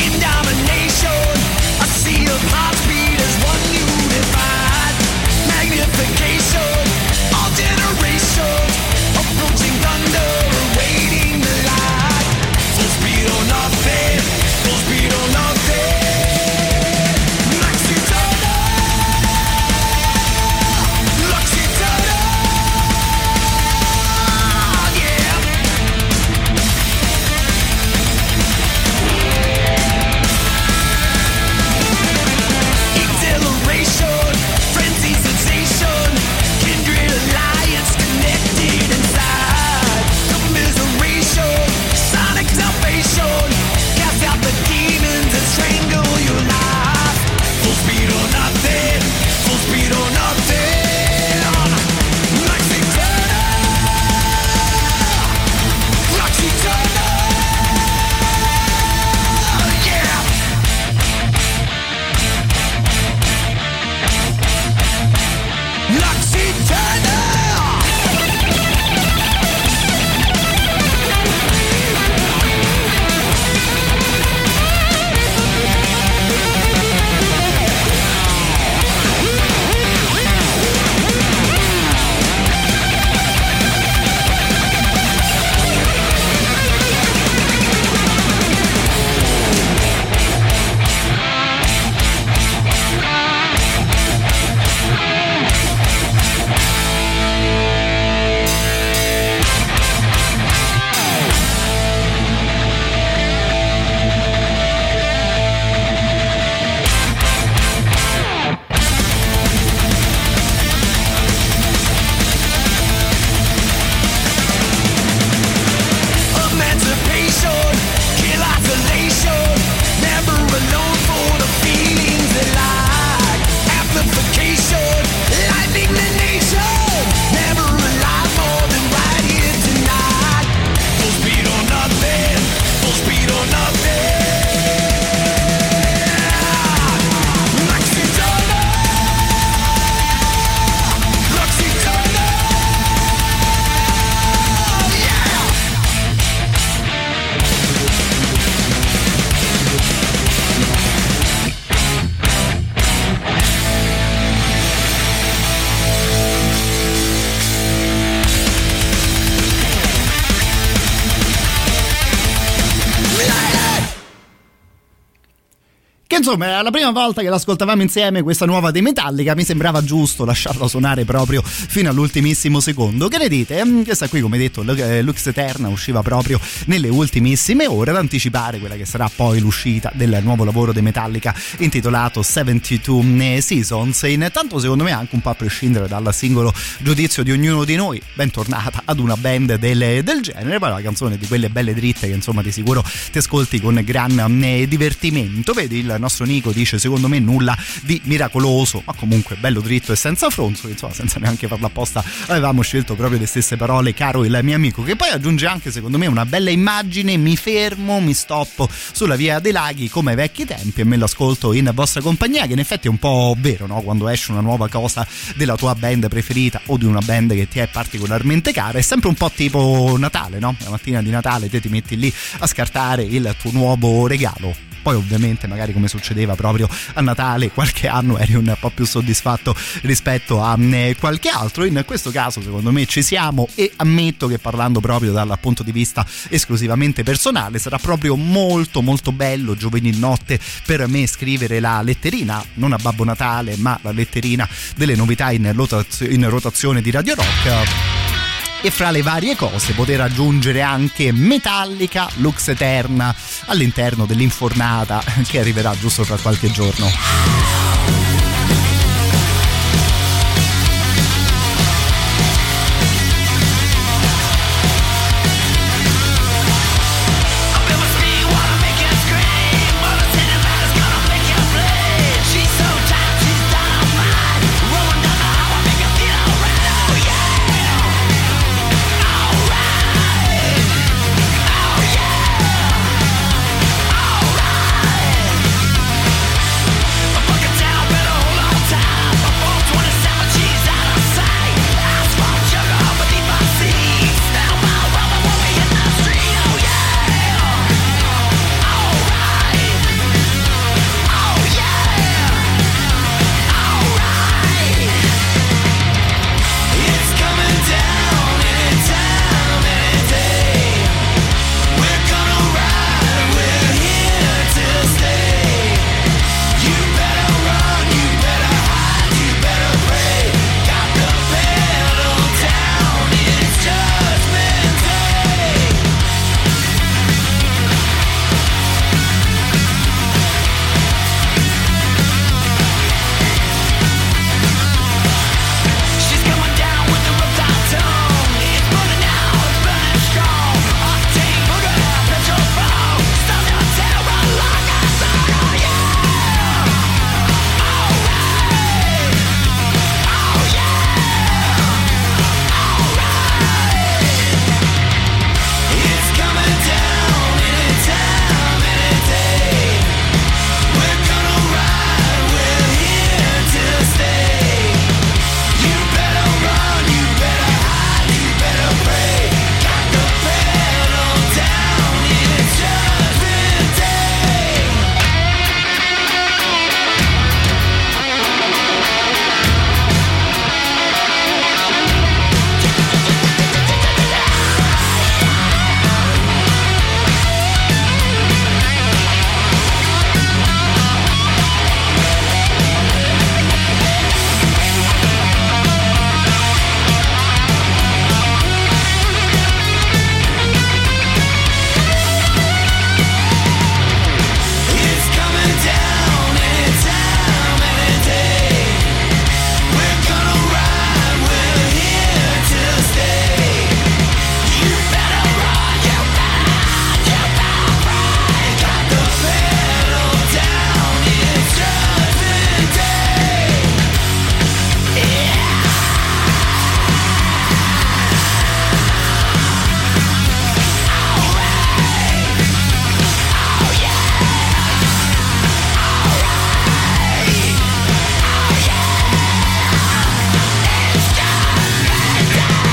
Speaker 3: che insomma la prima volta che l'ascoltavamo insieme questa nuova dei Metallica mi sembrava giusto lasciarla suonare proprio fino all'ultimissimo secondo. Che ne dite? Questa qui, come detto, Lux Eterna usciva proprio nelle ultimissime ore ad anticipare quella che sarà poi l'uscita del nuovo lavoro dei Metallica intitolato 72 Seasons. E intanto secondo me, anche un po' a prescindere dal singolo giudizio di ognuno di noi, bentornata ad una band del genere. Poi la canzone di quelle belle dritte che insomma di sicuro ti ascolti con gran divertimento. Vedi, il nostro Nico dice secondo me nulla di miracoloso, ma comunque bello dritto e senza fronzo, insomma senza neanche farlo apposta avevamo scelto proprio le stesse parole, caro il mio amico, che poi aggiunge anche secondo me una bella immagine: mi fermo, mi stoppo sulla via dei laghi come ai vecchi tempi e me l'ascolto in vostra compagnia, che in effetti è un po' vero, no? Quando esce una nuova cosa della tua band preferita o di una band che ti è particolarmente cara, è sempre un po' tipo Natale, no? La mattina di Natale te ti metti lì a scartare il tuo nuovo regalo. Poi ovviamente magari, come succedeva proprio a Natale qualche anno, eri un po' più soddisfatto rispetto a qualche altro. In questo caso secondo me ci siamo, e ammetto che parlando proprio dal punto di vista esclusivamente personale sarà proprio molto molto bello giovedì notte per me scrivere la letterina, non a Babbo Natale ma la letterina delle novità in rotazione di Radio Rock, e fra le varie cose poter aggiungere anche Metallica, Lux Eterna all'interno dell'infornata che arriverà giusto fra qualche giorno.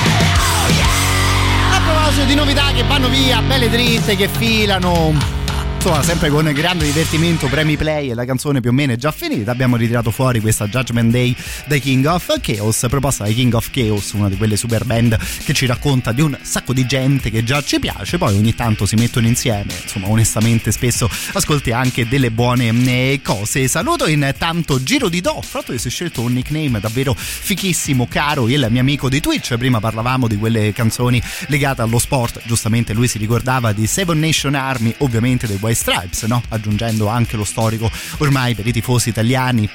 Speaker 3: Di novità che vanno via, belle dritte che filano Insomma, sempre con grande divertimento, premi play, e la canzone più o meno è già finita. Abbiamo ritirato fuori questa Judgment Day dai King of Chaos, proposta dai King of Chaos, una di quelle super band che ci racconta di un sacco di gente che già ci piace, poi ogni tanto si mettono insieme. Insomma, onestamente spesso ascolti anche delle buone cose. Saluto intanto Giro di Do, fra l'altro che si è scelto un nickname davvero fichissimo, caro il mio amico di Twitch. Prima parlavamo di quelle canzoni legate allo sport, giustamente lui si ricordava di Seven Nation Army, ovviamente dei White Stripes, no? Aggiungendo anche lo storico ormai per i tifosi italiani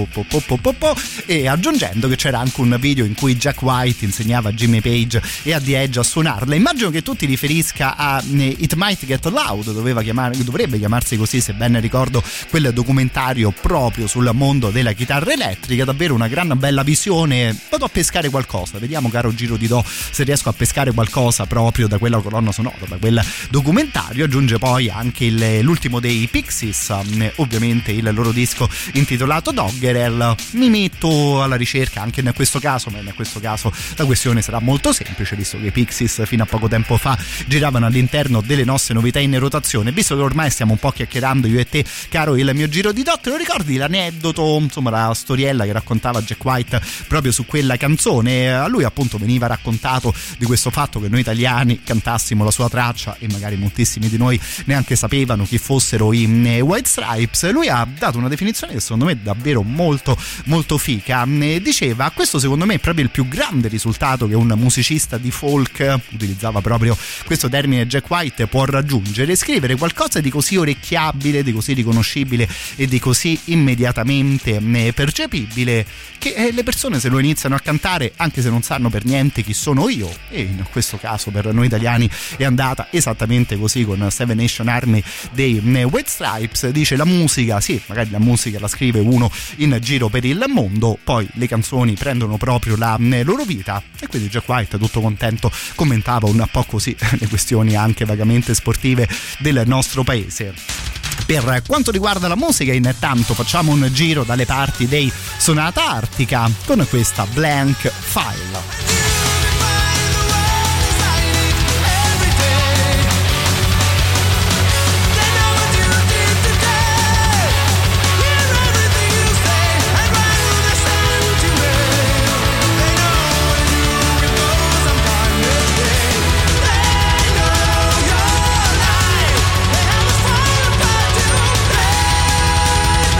Speaker 3: e aggiungendo che c'era anche un video in cui Jack White insegnava a Jimmy Page e a The Edge a suonarla. Immagino che tu ti riferisca a It Might Get Loud, dovrebbe chiamarsi così se ben ricordo, quel documentario proprio sul mondo della chitarra elettrica. Davvero una gran bella visione. Vado a pescare qualcosa, vediamo caro Giro di Do se riesco a pescare qualcosa proprio da quella colonna sonora, da quel documentario. Aggiunge poi anche l'ultimo dei Pixies, ovviamente il loro disco intitolato Doggerel. Mi metto alla ricerca anche in questo caso, ma in questo caso la questione sarà molto semplice, visto che i Pixies fino a poco tempo fa giravano all'interno delle nostre novità in rotazione. Visto che ormai stiamo un po' chiacchierando io e te, caro il mio Giro di Do, te lo ricordi l'aneddoto, insomma la storiella che raccontava Jack White proprio su quella canzone? A lui appunto veniva raccontato di questo fatto che noi italiani cantassimo la sua traccia e magari moltissimi di noi neanche sapevano chi fossero i White Stripes. Lui ha dato una definizione che secondo me è davvero molto molto fica. Diceva: questo secondo me è proprio il più grande risultato che un musicista di folk, utilizzava proprio questo termine Jack White, può raggiungere: scrivere qualcosa di così orecchiabile, di così riconoscibile e di così immediatamente percepibile che le persone, se lo iniziano a cantare, anche se non sanno per niente chi sono io, e in questo caso per noi italiani è andata esattamente così con Seven Nation Army dei White Stripes. Dice: la musica, sì, magari la musica la scrive uno in giro per il mondo, poi le canzoni prendono proprio la loro vita. E quindi Jack White, tutto contento, commentava un po' così le questioni anche vagamente sportive del nostro paese. Per quanto riguarda la musica, intanto facciamo un giro dalle parti dei Sonata Artica con questa Blank File.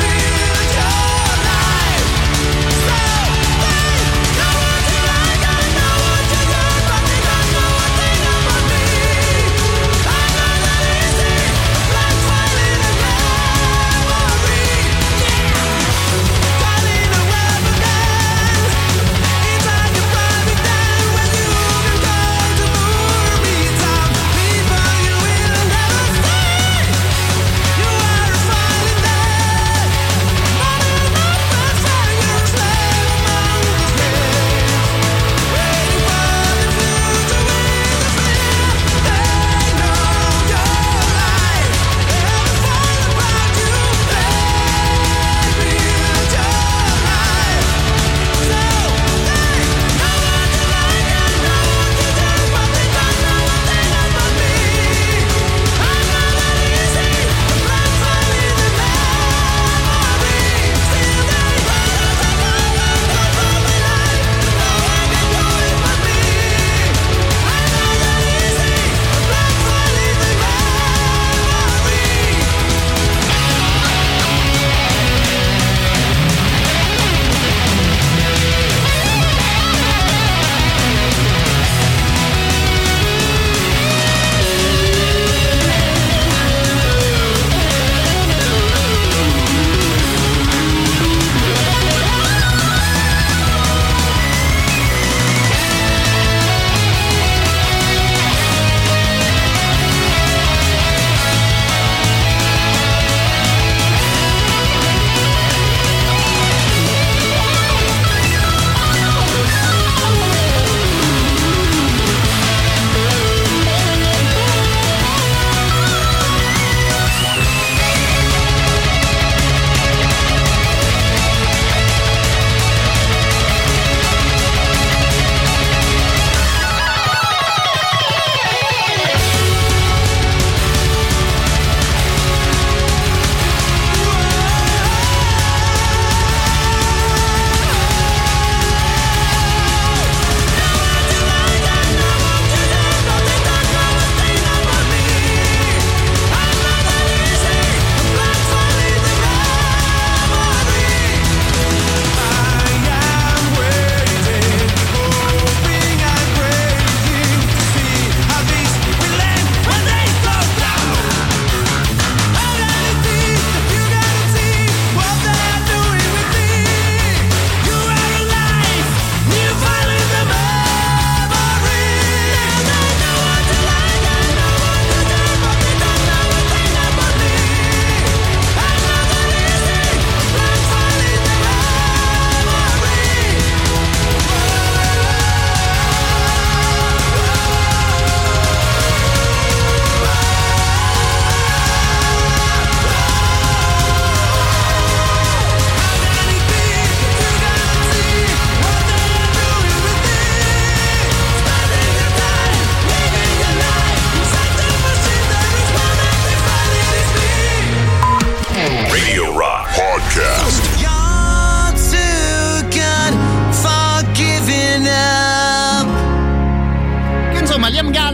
Speaker 7: So they know what you like.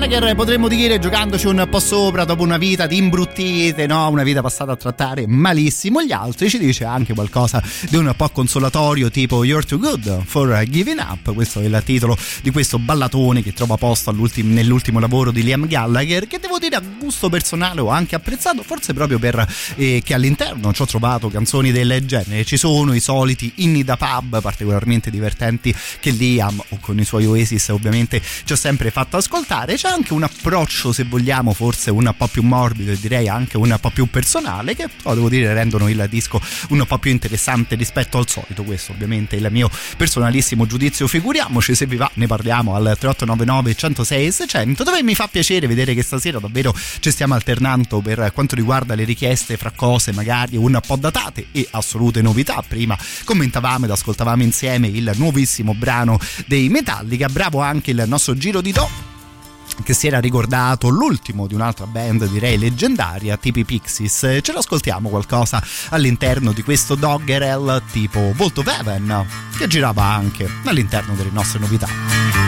Speaker 3: Gallagher, potremmo dire, giocandoci un po' sopra dopo una vita di imbruttite, no? Una vita passata a trattare malissimo gli altri, ci dice anche qualcosa di un po' consolatorio, tipo You're Too Good for Giving Up. Questo è il titolo di questo ballatone che trova posto nell'ultimo lavoro di Liam Gallagher, che devo dire a gusto personale ho anche apprezzato, forse proprio per che all'interno ci ho trovato canzoni del genere. Ci sono i soliti inni da pub particolarmente divertenti che Liam, o con i suoi Oasis ovviamente, ci ha sempre fatto ascoltare. C'è anche un approccio, se vogliamo, forse un po' più morbido e direi anche un po' più personale, che devo dire rendono il disco un po' più interessante rispetto al solito. Questo ovviamente è il mio personalissimo giudizio, figuriamoci se vi va ne parliamo al 3899 106 e 600, dove mi fa piacere vedere che stasera davvero ci stiamo alternando per quanto riguarda le richieste fra cose magari un po' datate e assolute novità. Prima commentavamo ed ascoltavamo insieme il nuovissimo brano dei Metallica, bravo anche il nostro Giro di Do, che si era ricordato l'ultimo di un'altra band direi leggendaria, tipo i Pixies. Ce lo ascoltiamo qualcosa all'interno di questo Doggerel tipo Vault of Heaven, che girava anche all'interno delle nostre novità.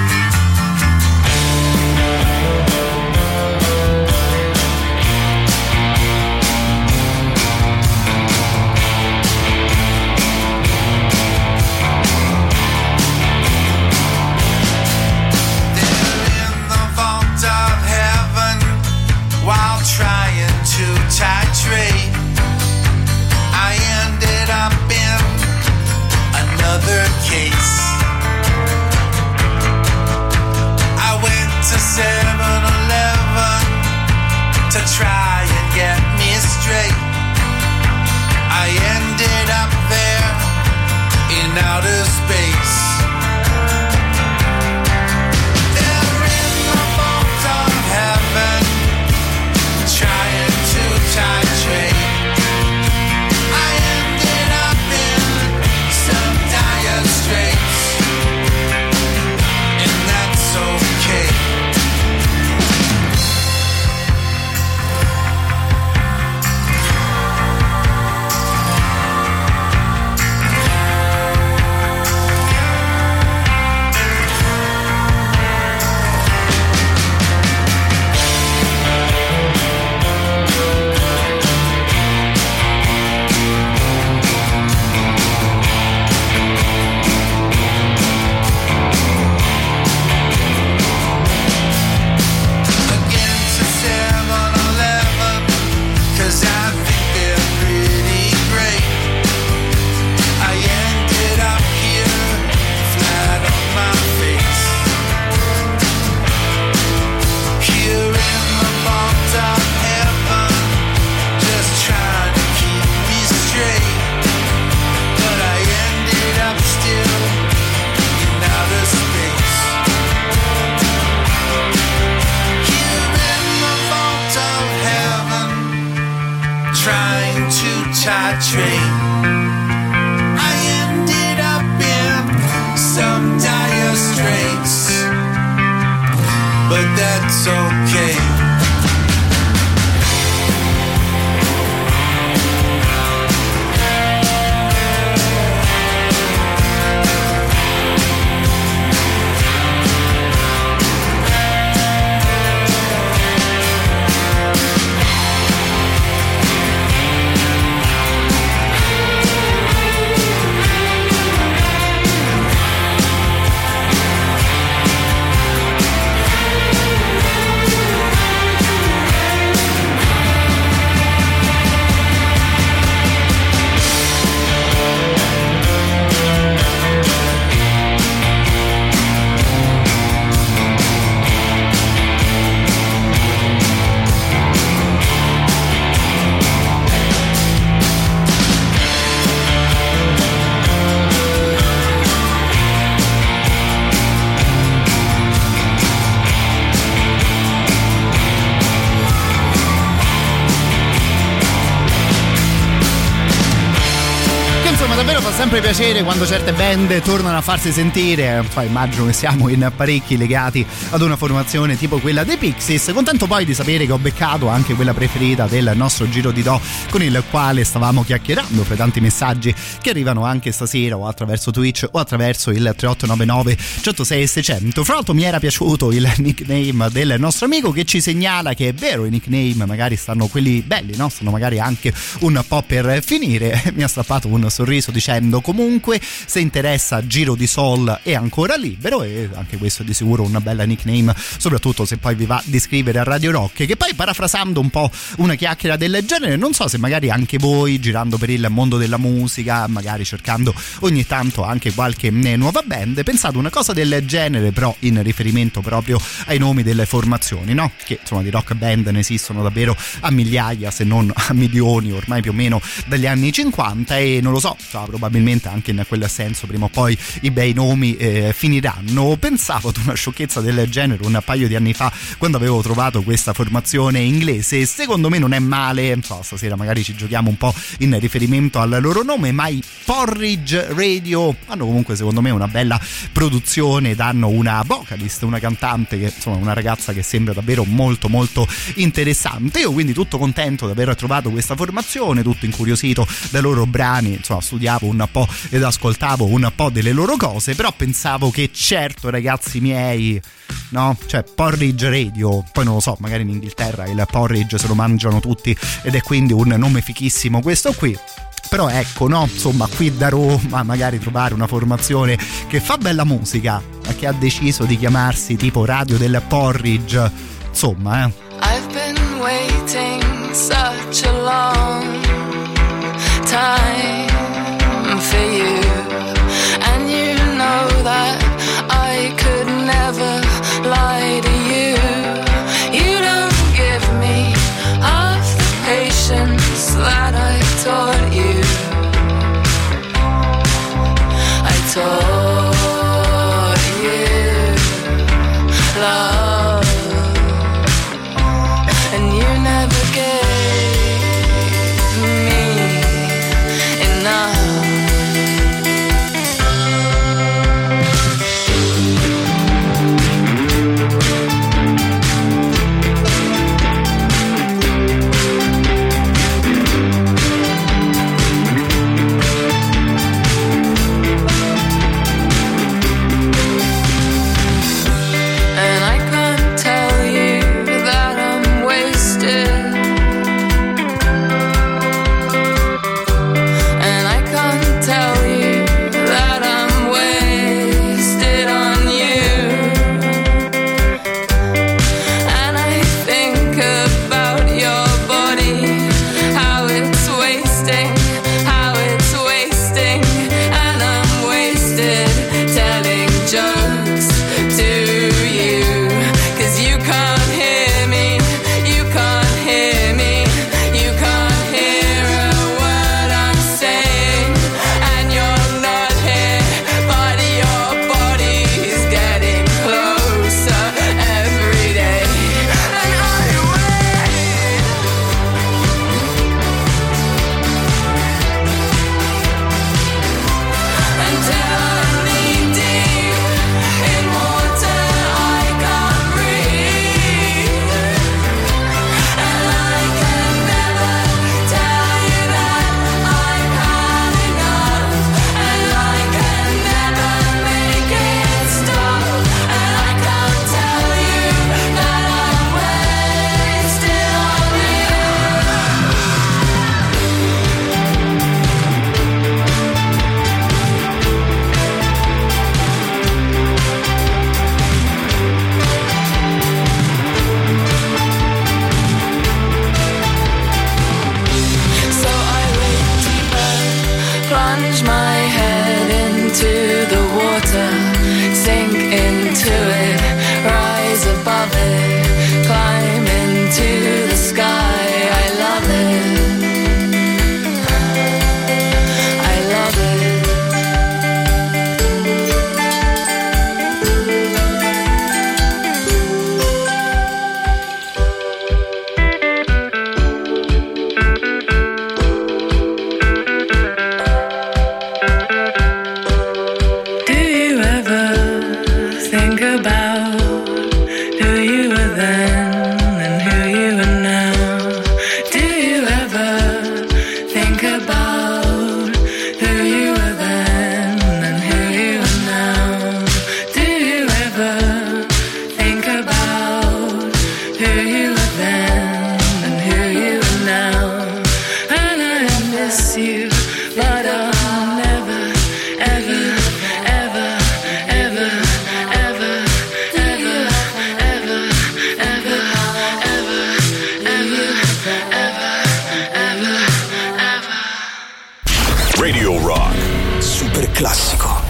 Speaker 7: Try and get me straight. I ended up there in outer space. They're in the vault of heaven, trying to titrate. I ended up in some dire straits, and that's okay. Titrate. I ended up in some dire straits, but that's okay.
Speaker 3: davvero fa sempre piacere quando certe band tornano a farsi sentire. Poi immagino che siamo in parecchi legati ad una formazione tipo quella dei Pixies. Contento poi di sapere che ho beccato anche quella preferita del nostro giro di do, con il quale stavamo chiacchierando fra tanti messaggi che arrivano anche stasera o attraverso Twitch o attraverso il 3899 106 600. Fra l'altro mi era piaciuto il nickname del nostro amico, che ci segnala che è vero, i nickname magari stanno quelli belli, no? Stanno magari anche un po' per finire. Mi ha strappato un sorriso dicendo: comunque se interessa Giro di Sol è ancora libero, e anche questo è di sicuro una bella nickname, soprattutto se poi vi va di scrivere a Radio Rock. Che poi, parafrasando un po' una chiacchiera del genere, non so se magari anche voi, girando per il mondo della musica, magari cercando ogni tanto anche qualche nuova band, pensate una cosa del genere, però in riferimento proprio ai nomi delle formazioni, no? Che insomma di rock band ne esistono davvero a migliaia, se non a milioni, ormai più o meno dagli anni 50, e non lo so, probabilmente anche in quel senso prima o poi i bei nomi finiranno. Pensavo ad una sciocchezza del genere un paio di anni fa, quando avevo trovato questa formazione inglese. Secondo me non è male, stasera magari ci giochiamo un po' in riferimento al loro nome, ma i Porridge Radio hanno comunque secondo me una bella produzione, danno una vocalist, una cantante che insomma una ragazza che sembra davvero molto molto interessante. Io quindi tutto contento di aver trovato questa formazione, tutto incuriosito dai loro brani, insomma studiavo un po' ed ascoltavo un po' delle loro cose, però pensavo che certo, ragazzi miei, no? Cioè Porridge Radio, poi non lo so, magari in Inghilterra il porridge se lo mangiano tutti ed è quindi un nome fichissimo questo qui. Però ecco, no, insomma, qui da Roma magari trovare una formazione che fa bella musica, ma che ha deciso di chiamarsi tipo Radio del Porridge, insomma,
Speaker 8: I've been waiting such a long time for you, and you know that I could never lie to you. You don't give me half the patience that I taught you. I taught you love, and you never gave me enough.
Speaker 1: Super classico.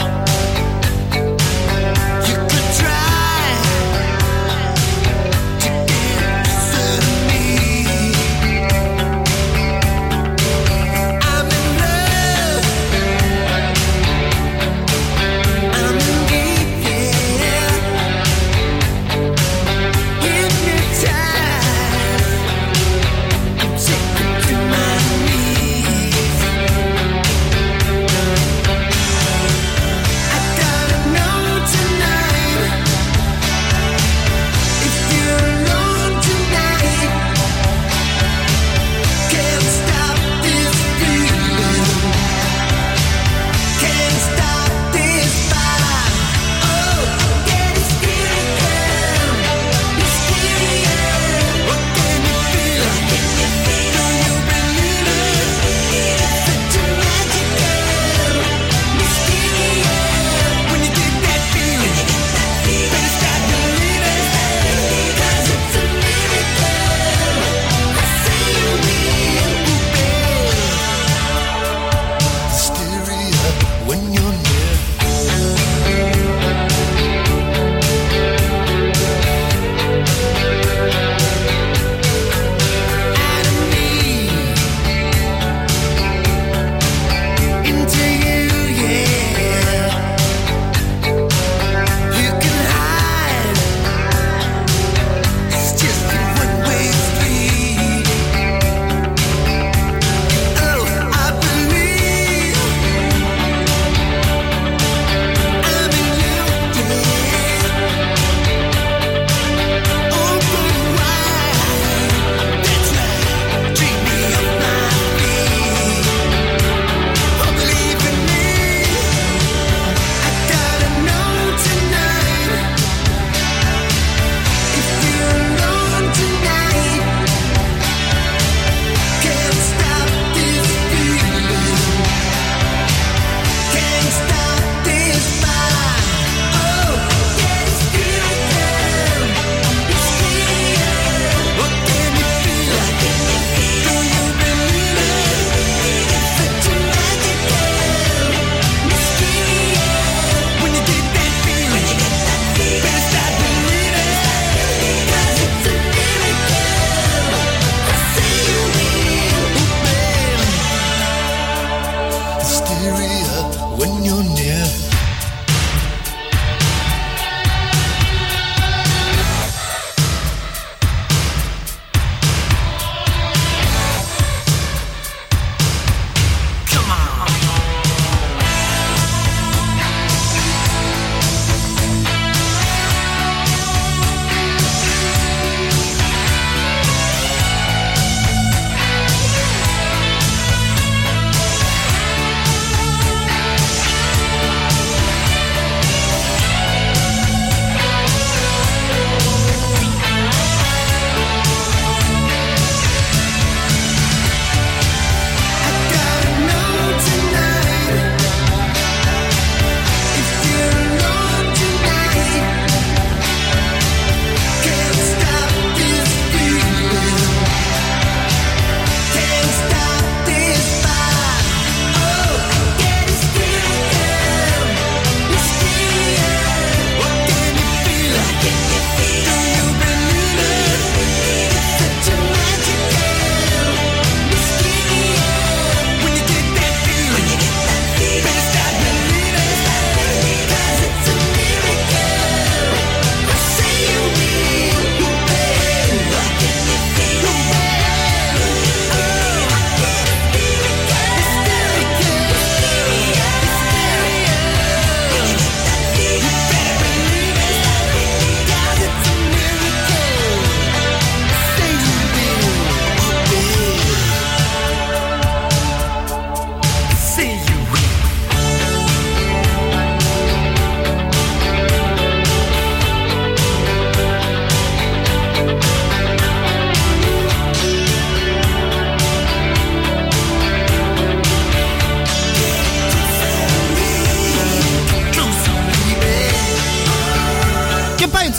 Speaker 4: You could try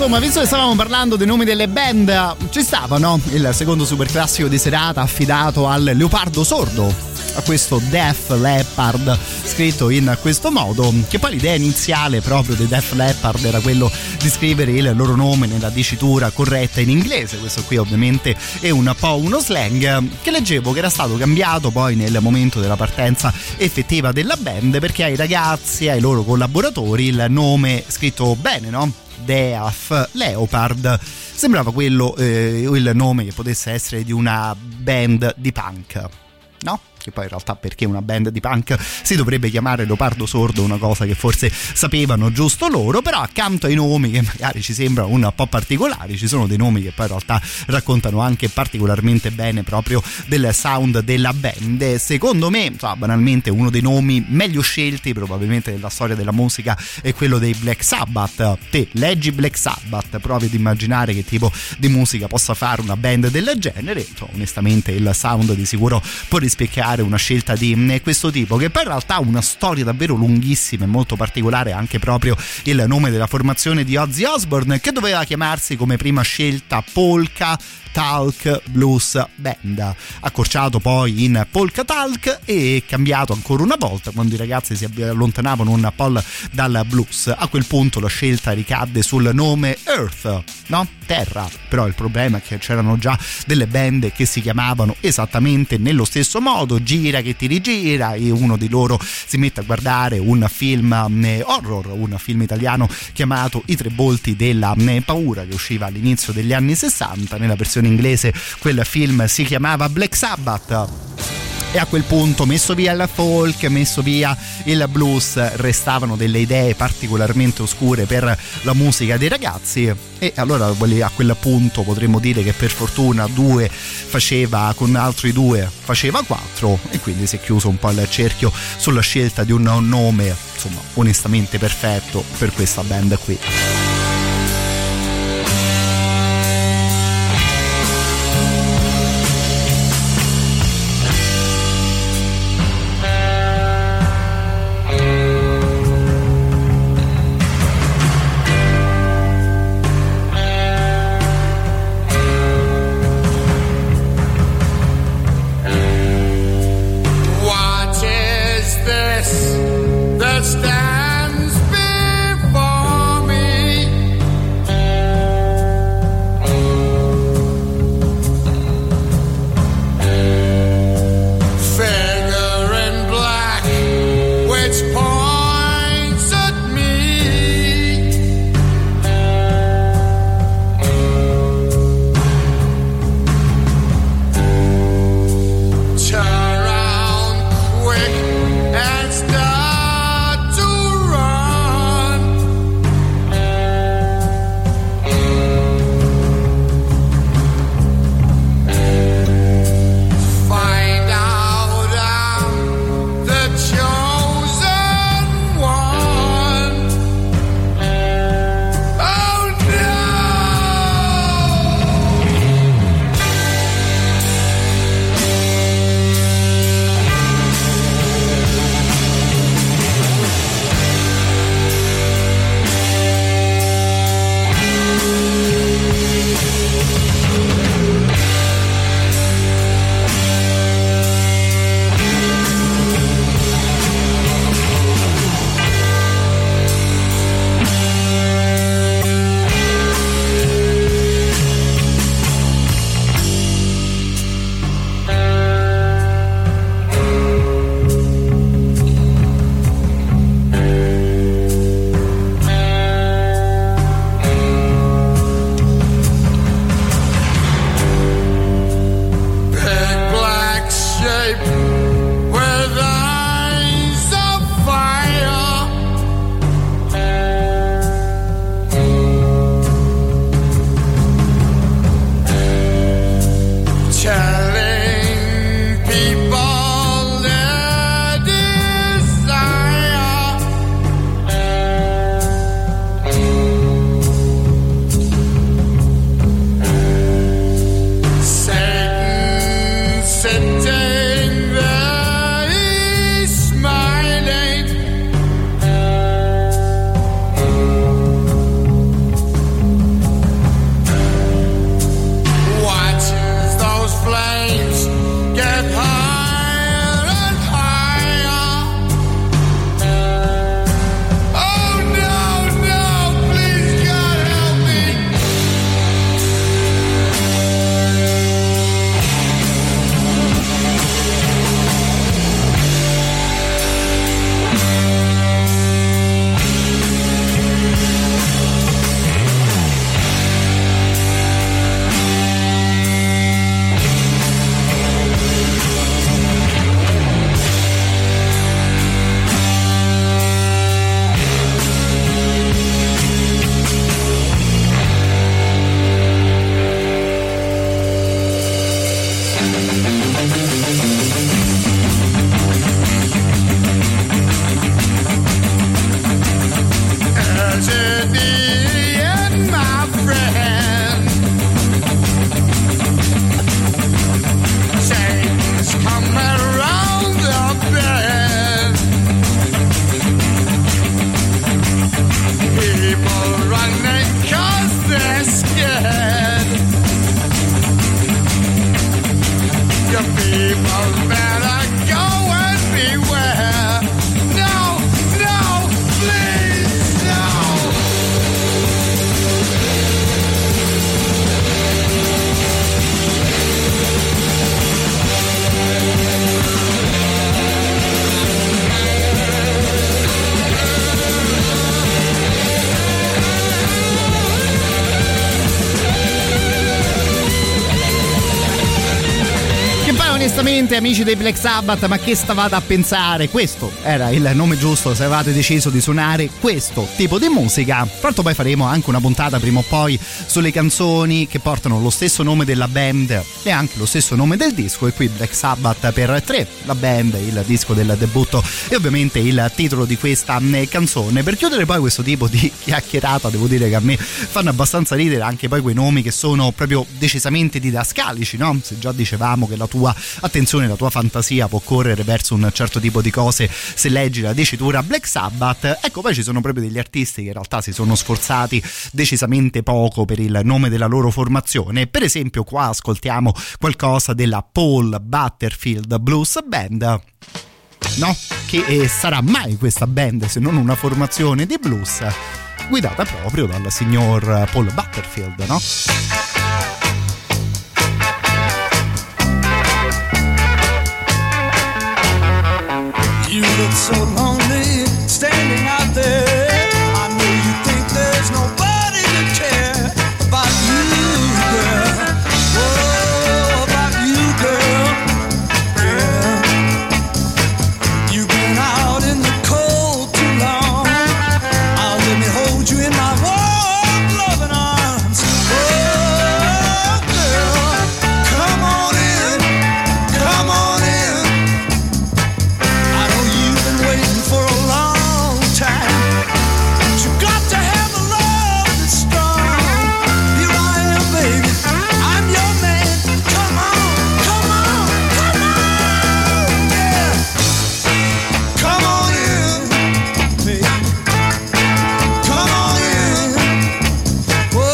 Speaker 3: insomma, visto che stavamo parlando dei nomi delle band, ci stava, no? Il secondo super classico di serata affidato al leopardo sordo, a questo Def Leppard, scritto in questo modo, che poi l'idea iniziale proprio dei Def Leppard era quello di scrivere il loro nome nella dicitura corretta in inglese. Questo qui ovviamente è un po' uno slang che leggevo che era stato cambiato poi nel momento della partenza effettiva della band, perché ai ragazzi, ai loro collaboratori, il nome scritto bene, no? Def Leppard sembrava quello il nome che potesse essere di una band di punk, no? Che poi in realtà, perché una band di punk si dovrebbe chiamare Leopardo Sordo, una cosa che forse sapevano giusto loro. Però accanto ai nomi che magari ci sembrano un po' particolari, ci sono dei nomi che poi in realtà raccontano anche particolarmente bene proprio del sound della band. Secondo me, banalmente, uno dei nomi meglio scelti probabilmente nella storia della musica è quello dei Black Sabbath. Te leggi Black Sabbath, provi ad immaginare che tipo di musica possa fare una band del genere. Onestamente il sound di sicuro può rispecchiare una scelta di questo tipo, che poi in realtà ha una storia davvero lunghissima e molto particolare, anche proprio il nome della formazione di Ozzy Osbourne, che doveva chiamarsi come prima scelta Polka Talk Blues Band, accorciato poi in Polka Talk e cambiato ancora una volta quando i ragazzi si allontanavano un po' dal blues. A quel punto la scelta ricadde sul nome Earth, no? Terra. Però il problema è che c'erano già delle band che si chiamavano esattamente nello stesso modo, gira che ti rigira, e uno di loro si mette a guardare un film horror, un film italiano chiamato I tre volti della paura, che usciva all'inizio degli anni 60. Nella versione inglese quel film si chiamava Black Sabbath. E a quel punto, messo via il folk, messo via il blues, restavano delle idee particolarmente oscure per la musica dei ragazzi, e allora a quel punto potremmo dire che per fortuna due faceva, con altri due faceva quattro, e quindi si è chiuso un po' il cerchio sulla scelta di un nome, insomma, onestamente perfetto per questa band qui.
Speaker 5: That stands before me.
Speaker 4: better go and beware. No, no, please, no.
Speaker 3: Che poi onestamente, amici dei Black Sabbath, ma che stavate a pensare? Questo era il nome giusto se avevate deciso di suonare questo tipo di musica. Tra l'altro poi faremo anche una puntata prima o poi sulle canzoni che portano lo stesso nome della band e anche lo stesso nome del disco, e qui Black Sabbath per 3, la band, il disco del debutto e ovviamente il titolo di questa canzone. Per chiudere poi questo tipo di chiacchierata, devo dire che a me fanno abbastanza ridere anche poi quei nomi che sono proprio decisamente didascalici, no? Se già dicevamo che la tua attenzione, la tua fantasia può correre verso un certo tipo di cose se leggi la dicitura Black Sabbath, ecco poi ci sono proprio degli artisti che in realtà si sono sforzati decisamente poco per il nome della loro formazione. Per esempio qua ascoltiamo qualcosa della Paul Butterfield Blues Band, no? Che sarà mai questa band se non una formazione di blues guidata proprio dal signor Paul Butterfield, no?
Speaker 9: You look so lonely standing out there. I know you think there's nobody to care about you, girl. Oh, about you, girl. Yeah. You've been out in the cold too long. I'll let me hold you in my warm, loving arms. Oh, girl, come on in, come on in. Waiting for a long time, but you got to have a love that's strong. Here I am, baby, I'm your man. Come on, come on, come on, yeah. Come on in, baby. Come on in. Whoa,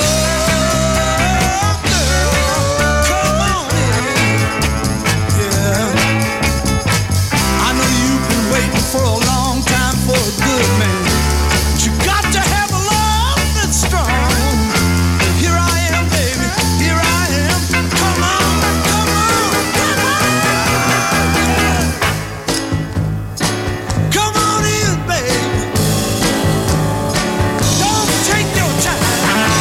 Speaker 9: girl, come on in, yeah. I know you've been waiting for a long time for a good man, but you got to have a love that's strong. Here I am, baby, here I am. Come on, come on, come on. Come on in, baby. Don't take your time.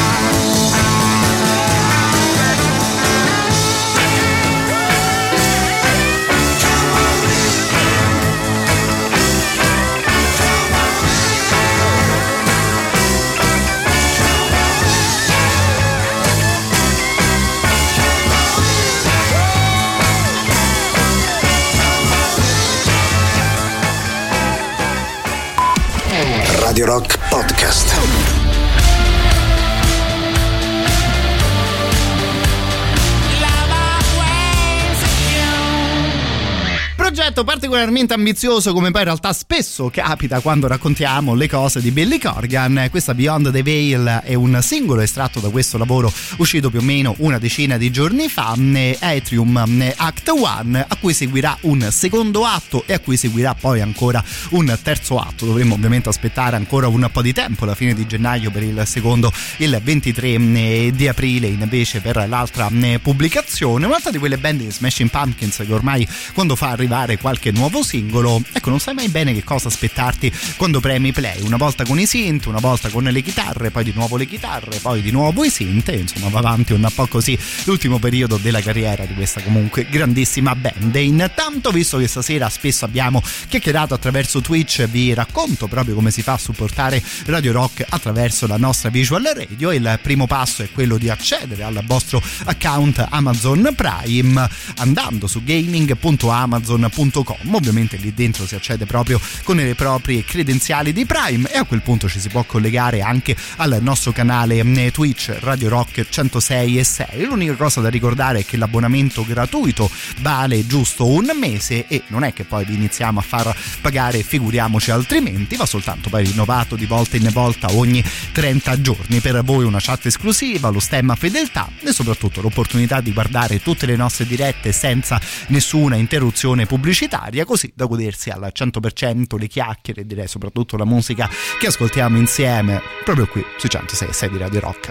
Speaker 9: Come on in.
Speaker 1: Radio Rock Podcast.
Speaker 3: Progetto particolarmente ambizioso, come poi in realtà spesso capita quando raccontiamo le cose di Billy Corgan. Questa Beyond the Veil è un singolo estratto da questo lavoro uscito più o meno una decina di giorni fa, Atrium Act 1, a cui seguirà un secondo atto e a cui seguirà poi ancora un terzo atto. Dovremmo ovviamente aspettare ancora un po' di tempo, la fine di gennaio per il secondo, il 23 di aprile invece per l'altra pubblicazione. Un'altra di quelle band di Smashing Pumpkins che ormai quando fa arrivare qualche nuovo singolo, ecco, non sai mai bene che cosa aspettarti quando premi play, una volta con i synth, una volta con le chitarre, poi di nuovo le chitarre, poi di nuovo i synth, insomma va avanti un po' così l'ultimo periodo della carriera di questa comunque grandissima band. E intanto, visto che stasera spesso abbiamo chiacchierato attraverso Twitch, vi racconto proprio come si fa a supportare Radio Rock attraverso la nostra visual radio. Il primo passo è quello di accedere al vostro account Amazon Prime andando su gaming.amazon.it radiorock.com. Ovviamente lì dentro si accede proprio con le proprie credenziali di Prime e a quel punto ci si può collegare anche al nostro canale Twitch Radio Rock 106.6. L'unica cosa da ricordare è che l'abbonamento gratuito vale giusto un mese e non è che poi vi iniziamo a far pagare, figuriamoci altrimenti, va soltanto poi rinnovato di volta in volta ogni 30 giorni. Per voi una chat esclusiva, lo stemma fedeltà e soprattutto l'opportunità di guardare tutte le nostre dirette senza nessuna interruzione pubblicitaria, così da godersi al 100% le chiacchiere e direi soprattutto la musica che ascoltiamo insieme proprio qui sui 106.6 di Radio Rock.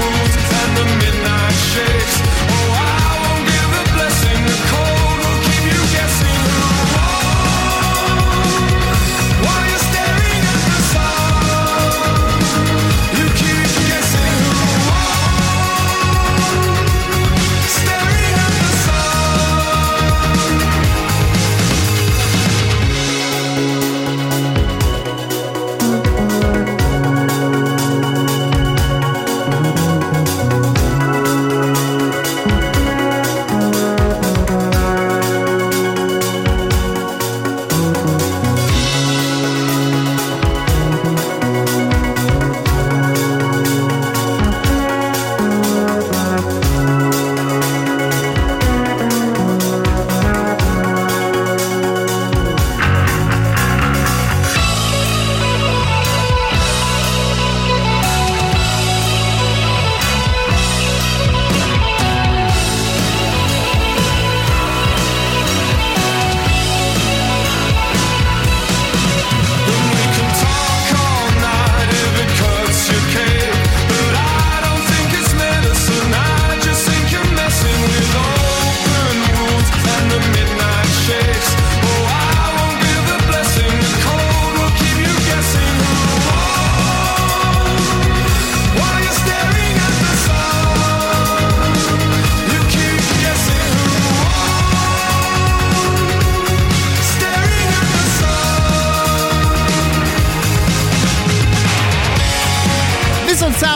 Speaker 9: Keep you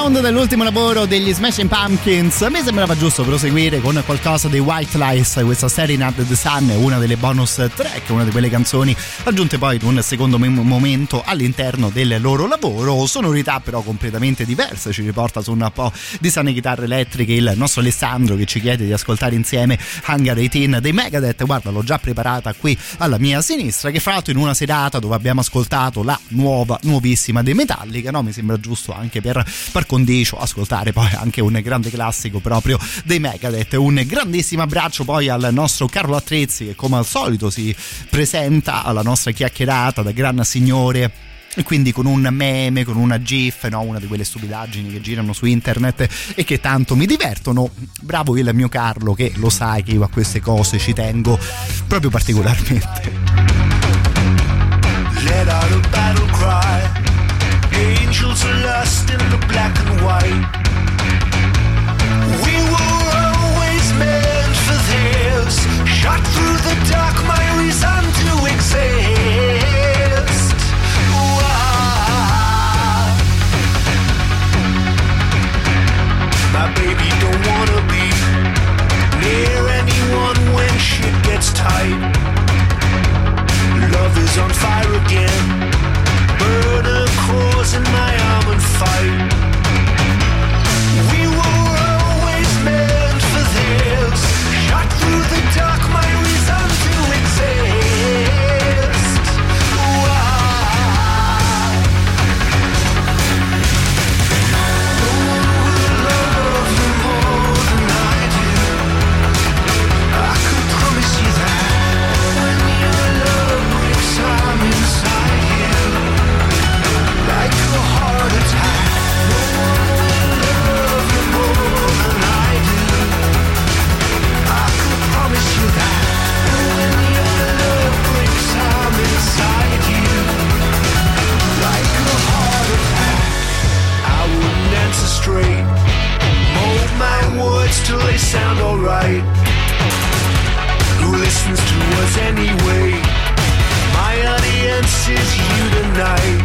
Speaker 3: Sound dell'ultimo lavoro degli Smashing Pumpkins. A me sembrava giusto proseguire con qualcosa dei White Lies. Questa Serenade the Sun è una delle bonus track, una di quelle canzoni aggiunte poi in un secondo momento all'interno del loro lavoro. Sonorità però completamente diverse, ci riporta su un po' di sane chitarre elettriche il nostro Alessandro, che ci chiede di ascoltare insieme Hangar 18 dei Megadeth. Guarda, l'ho già preparata qui alla mia sinistra, che fra l'altro in una serata dove abbiamo ascoltato la nuovissima dei Metallica, no? Mi sembra giusto anche per par condicio ascoltare poi anche un grande classico proprio dei Megadeth. Un grandissimo abbraccio poi al nostro Carlo Attrezzi, che come al solito si presenta alla nostra chiacchierata da gran signore, e quindi con un meme, con una gif, no? Una di quelle stupidaggini che girano su internet e che tanto mi divertono. Bravo il mio Carlo, che lo sai che io a queste cose ci tengo proprio particolarmente.
Speaker 10: Let out a battle cry. Angels are lost in the black and white. We were always meant for this. Shot through the dark, my reason to exist. My baby don't wanna be near anyone when shit gets tight. Love is on fire again. Burn a cause in my arm and fight. We were always meant for this. Shot through the dark, my reason to exist. No one will love you more than I do. I can promise you that. When your love breaks, I'm inside you. Like a heart attack. No one will love you more than I do. I could promise you that. When your love breaks, I'm inside you. Like a heart attack. I wouldn't answer straight. Mold my words till they sound alright. Who listens to us anyway? My audience is you tonight.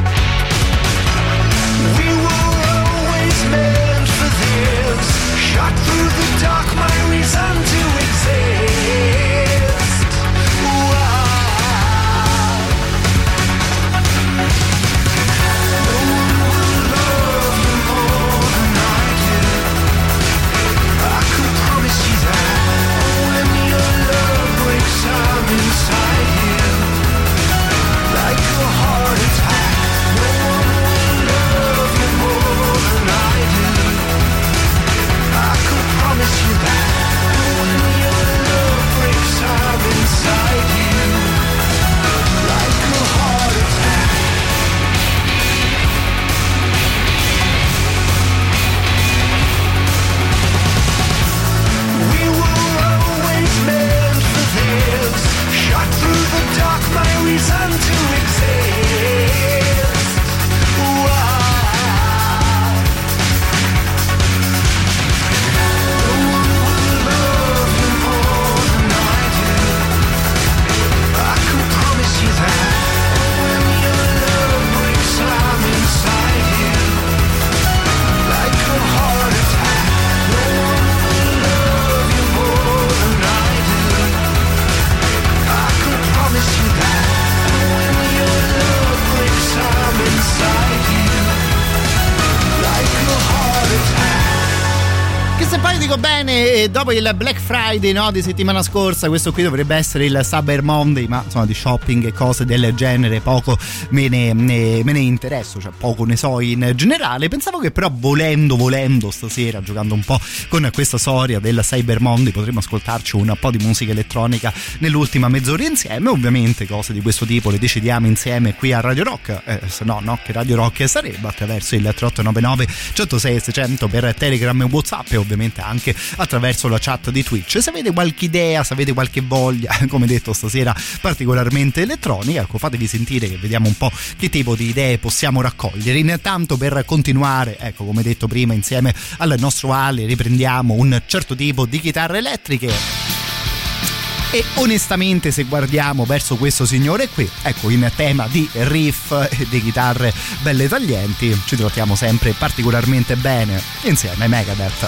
Speaker 10: We were always meant for this. Shot through the dark, my reason to exist. No one will love you more than I do. I could promise you that. When your love breaks, I'm inside you. Like a heart attack. No one will love you more than I do. I could promise you that. When your love breaks, I'm inside you. Like a heart attack. We were always meant for this. Shot through the dark, my reason to exist. No one will love you more than I do. I can promise you that. When your love breaks, I'm inside you. Like a heart attack. No one will love you more than I do. I can promise you that. When your love breaks, I'm inside you. Like a heart attack.
Speaker 3: Che se poi dico bene, dopo il Black Friday, no, di settimana scorsa, questo qui dovrebbe essere il Cyber Monday, ma insomma di shopping e cose del genere poco me ne interesso, cioè poco ne so in generale. Pensavo che però volendo stasera, giocando un po' con questa storia del Cyber Monday, potremmo ascoltarci un po' di musica elettronica nell'ultima mezz'ora insieme. Ovviamente cose di questo tipo le decidiamo insieme qui a Radio Rock, se no che Radio Rock sarebbe, attraverso il 3899 106 600 per Telegram e WhatsApp, e ovviamente anche attraverso la chat di Twitch. Se avete qualche idea, se avete qualche voglia, come detto stasera particolarmente elettronica, ecco, fatevi sentire che vediamo un po' che tipo di idee possiamo raccogliere. Intanto, per continuare, ecco, come detto prima, insieme al nostro Ale riprendiamo un certo tipo di chitarre elettriche. E onestamente, se guardiamo verso questo signore qui, ecco, in tema di riff e di chitarre belle taglienti, ci troviamo sempre particolarmente bene insieme ai Megadeth.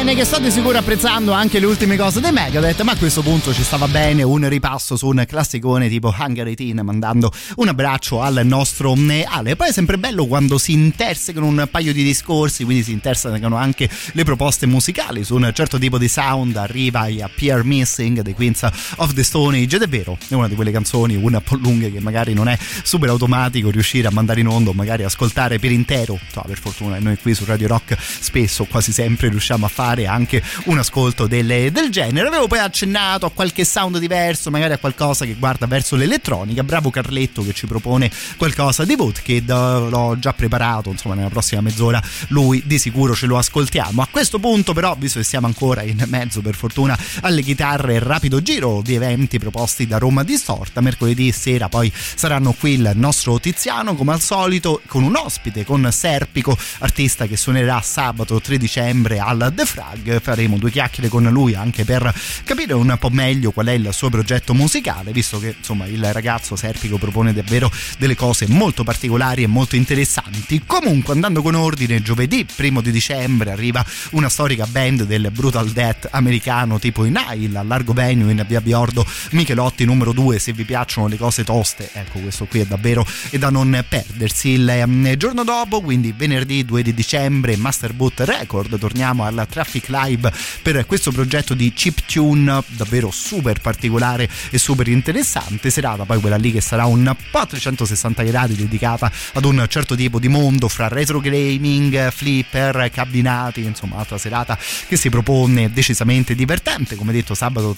Speaker 3: Bene, che sto di sicuro apprezzando anche le ultime cose dei Megadeth, ma a questo punto ci stava bene un ripasso su un classicone tipo Hungry Teen, mandando un abbraccio al nostro Ale. Poi è sempre bello quando si intersecano un paio di discorsi, quindi si intersecano anche le proposte musicali su un certo tipo di sound. Arriva a Appear Missing dei Queens of the Stone Age, ed è vero, è una di quelle canzoni un po' lunghe che magari non è super automatico riuscire a mandare in onda o magari ascoltare per intero. Per fortuna noi qui su Radio Rock spesso, quasi sempre, riusciamo a fare anche un ascolto del genere. Avevo poi accennato a qualche sound diverso, magari a qualcosa che guarda verso l'elettronica. Bravo Carletto che ci propone qualcosa di Woodkid, l'ho già preparato, insomma nella prossima mezz'ora lui di sicuro ce lo ascoltiamo. A questo punto però, visto che siamo ancora in mezzo per fortuna alle chitarre, rapido giro di eventi proposti da Roma Distorta. Mercoledì sera poi saranno qui il nostro Tiziano come al solito con un ospite, con Serpico, artista che suonerà sabato 3 dicembre al The Frag. Faremo due chiacchiere con lui anche per capire un po' meglio qual è il suo progetto musicale, visto che insomma il ragazzo Serpico propone davvero delle cose molto particolari e molto interessanti. Comunque, andando con ordine, giovedì 1 di dicembre arriva una storica band del brutal death americano tipo i Nile al largo venue in via Biordo Michelotti numero 2. Se vi piacciono le cose toste, ecco, questo qui è davvero da non perdersi. Il giorno dopo, quindi venerdì 2 di dicembre, Master Boot Record, torniamo al Traffic Live per questo progetto di chiptune davvero super particolare e super interessante. Serata poi quella lì che sarà un po' a 360 gradi dedicata ad un certo tipo di mondo fra retro gaming, flipper, cabinati, insomma altra serata che si propone decisamente divertente. Come detto, sabato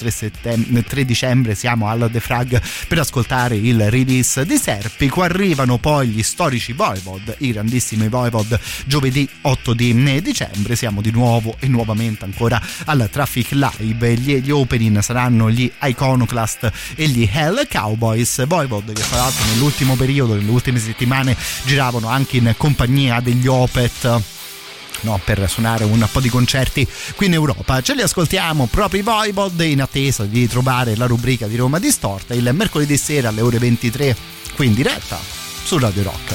Speaker 3: 3 dicembre siamo al The Frag per ascoltare il release di Serpico. Arrivano poi gli storici Voivod, i grandissimi Voivod, giovedì 8 di dicembre. Siamo di nuovo e nuovamente ancora al Traffic Live. Gli opening saranno gli Iconoclast e gli Hell Cowboys. Voivod che tra l'altro nell'ultimo periodo, nelle ultime settimane, giravano anche in compagnia degli Opeth, per suonare un po' di concerti qui in Europa. Ce li ascoltiamo proprio i Voivod in attesa di trovare la rubrica di Roma Distorta il mercoledì sera alle ore 23 qui in diretta su Radio Rock.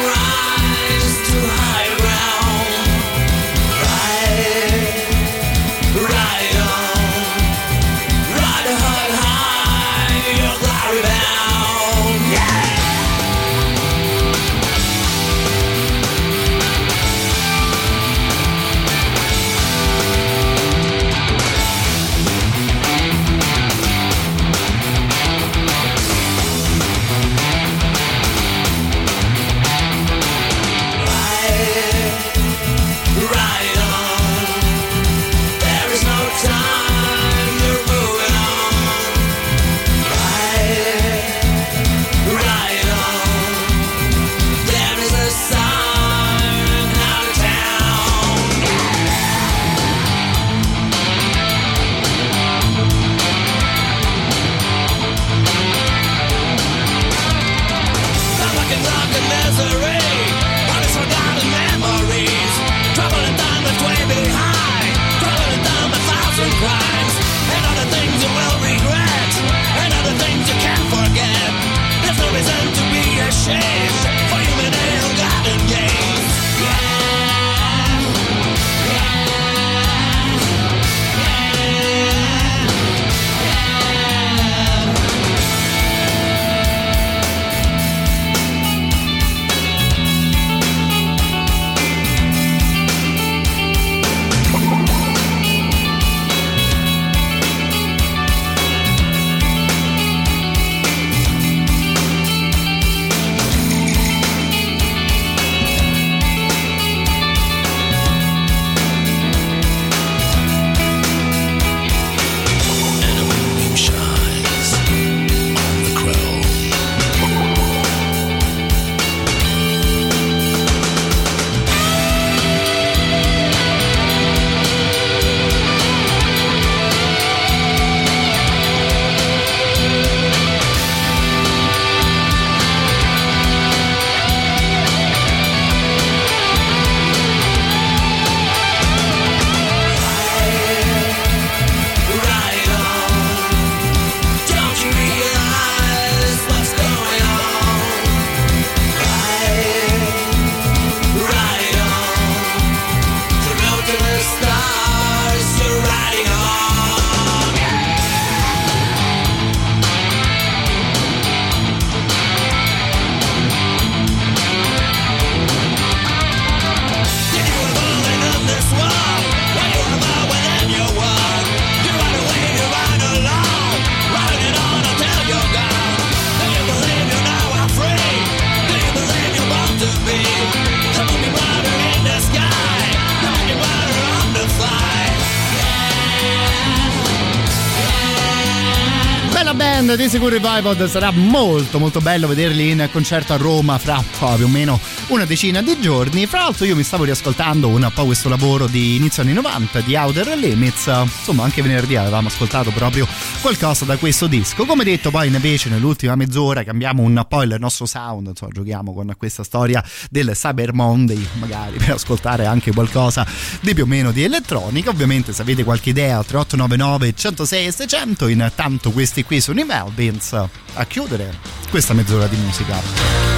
Speaker 10: Sunrise to high ground. Ride
Speaker 3: Bella band, di sicuro i Voivod, sarà molto molto bello vederli in concerto a Roma fra più o meno una decina di giorni. Fra l'altro io mi stavo riascoltando un po' questo lavoro di inizio anni 90 di Outer Limits, insomma anche venerdì avevamo ascoltato proprio qualcosa da questo disco. Come detto, poi invece nell'ultima mezz'ora cambiamo un po' il nostro sound, insomma giochiamo con questa storia del Cyber Monday, magari per ascoltare anche qualcosa di più o meno di elettronica. Ovviamente se avete qualche idea 3899 106 e 600. Intanto questi qui sono i Melvins a chiudere questa mezz'ora di musica.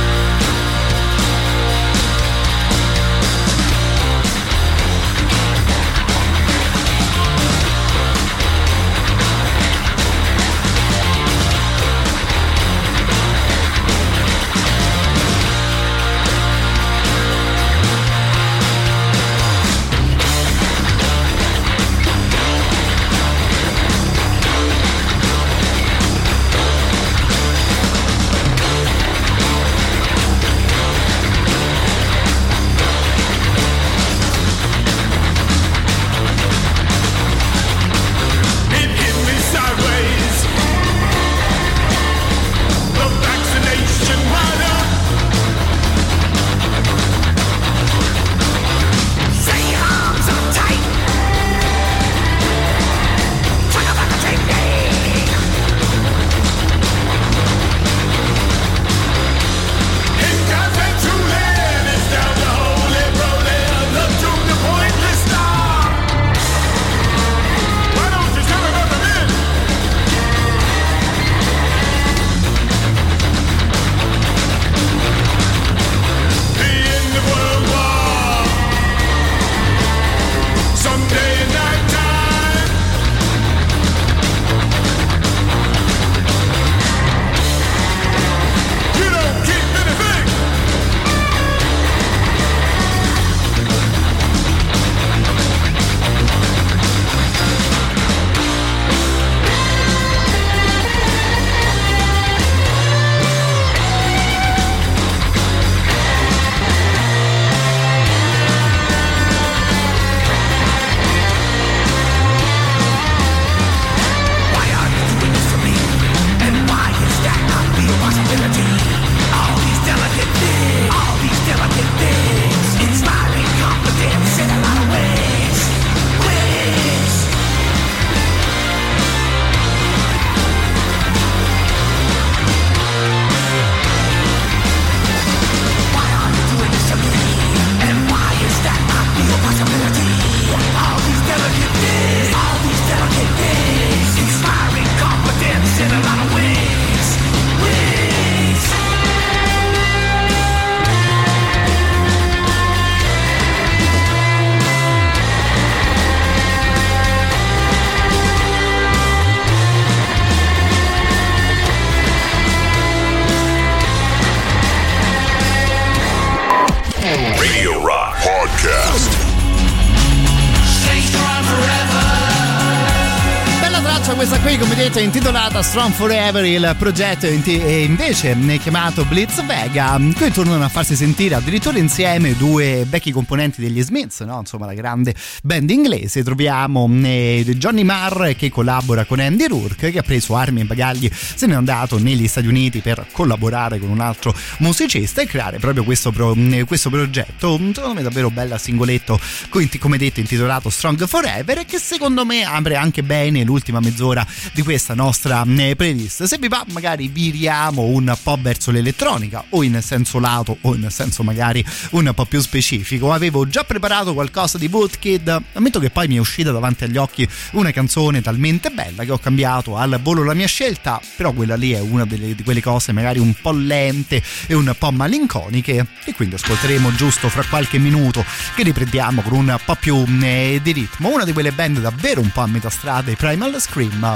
Speaker 3: Intitolata Strong Forever, il progetto è invece chiamato Blitz Vega. Qui tornano a farsi sentire addirittura insieme due vecchi componenti degli Smiths, no? Insomma la grande band inglese. Troviamo Johnny Marr che collabora con Andy Rourke, che ha preso armi e bagagli, se n'è andato negli Stati Uniti per collaborare con un altro musicista e creare proprio questo progetto, secondo me davvero bella, singoletto, come detto intitolato Strong Forever, e che secondo me apre anche bene l'ultima mezz'ora di questa nostra playlist. Se vi va magari viriamo un po' verso l'elettronica, o in senso lato o in senso magari un po' più specifico. Avevo già preparato qualcosa di Woodkid, ammetto che poi mi è uscita davanti agli occhi una canzone talmente bella che ho cambiato al volo la mia scelta, però quella lì è una di quelle cose magari un po' lente e un po' malinconiche, e quindi ascolteremo giusto fra qualche minuto che riprendiamo con un po' più di ritmo. Una di quelle band davvero un po' a metà strada, i Primal Scream,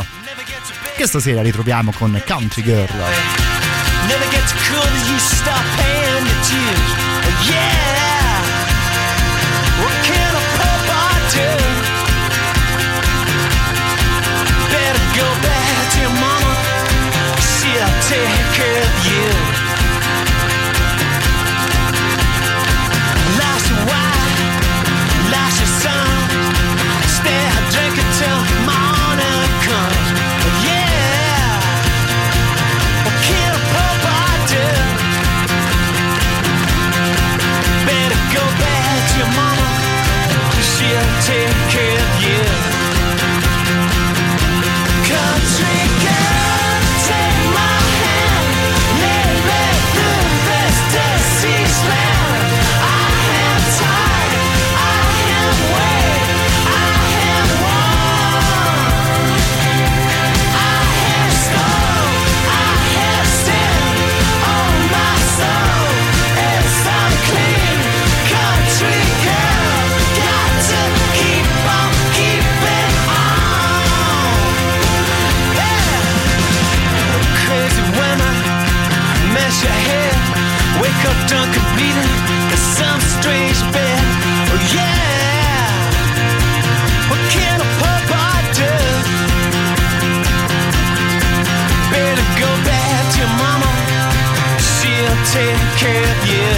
Speaker 3: che stasera ritroviamo con Country Girl.
Speaker 11: Never gets cool till you stop paying your dues. Yeah, what can a poor boy do? Better go back to your mama, she'll take care of you. Lost your wife, lost your son, stay drinking till morning comes. Yeah. cuffed, uncompleted, in some strange bed. Oh yeah, what can a pup I do? Better go back to your mama, she'll take care of you.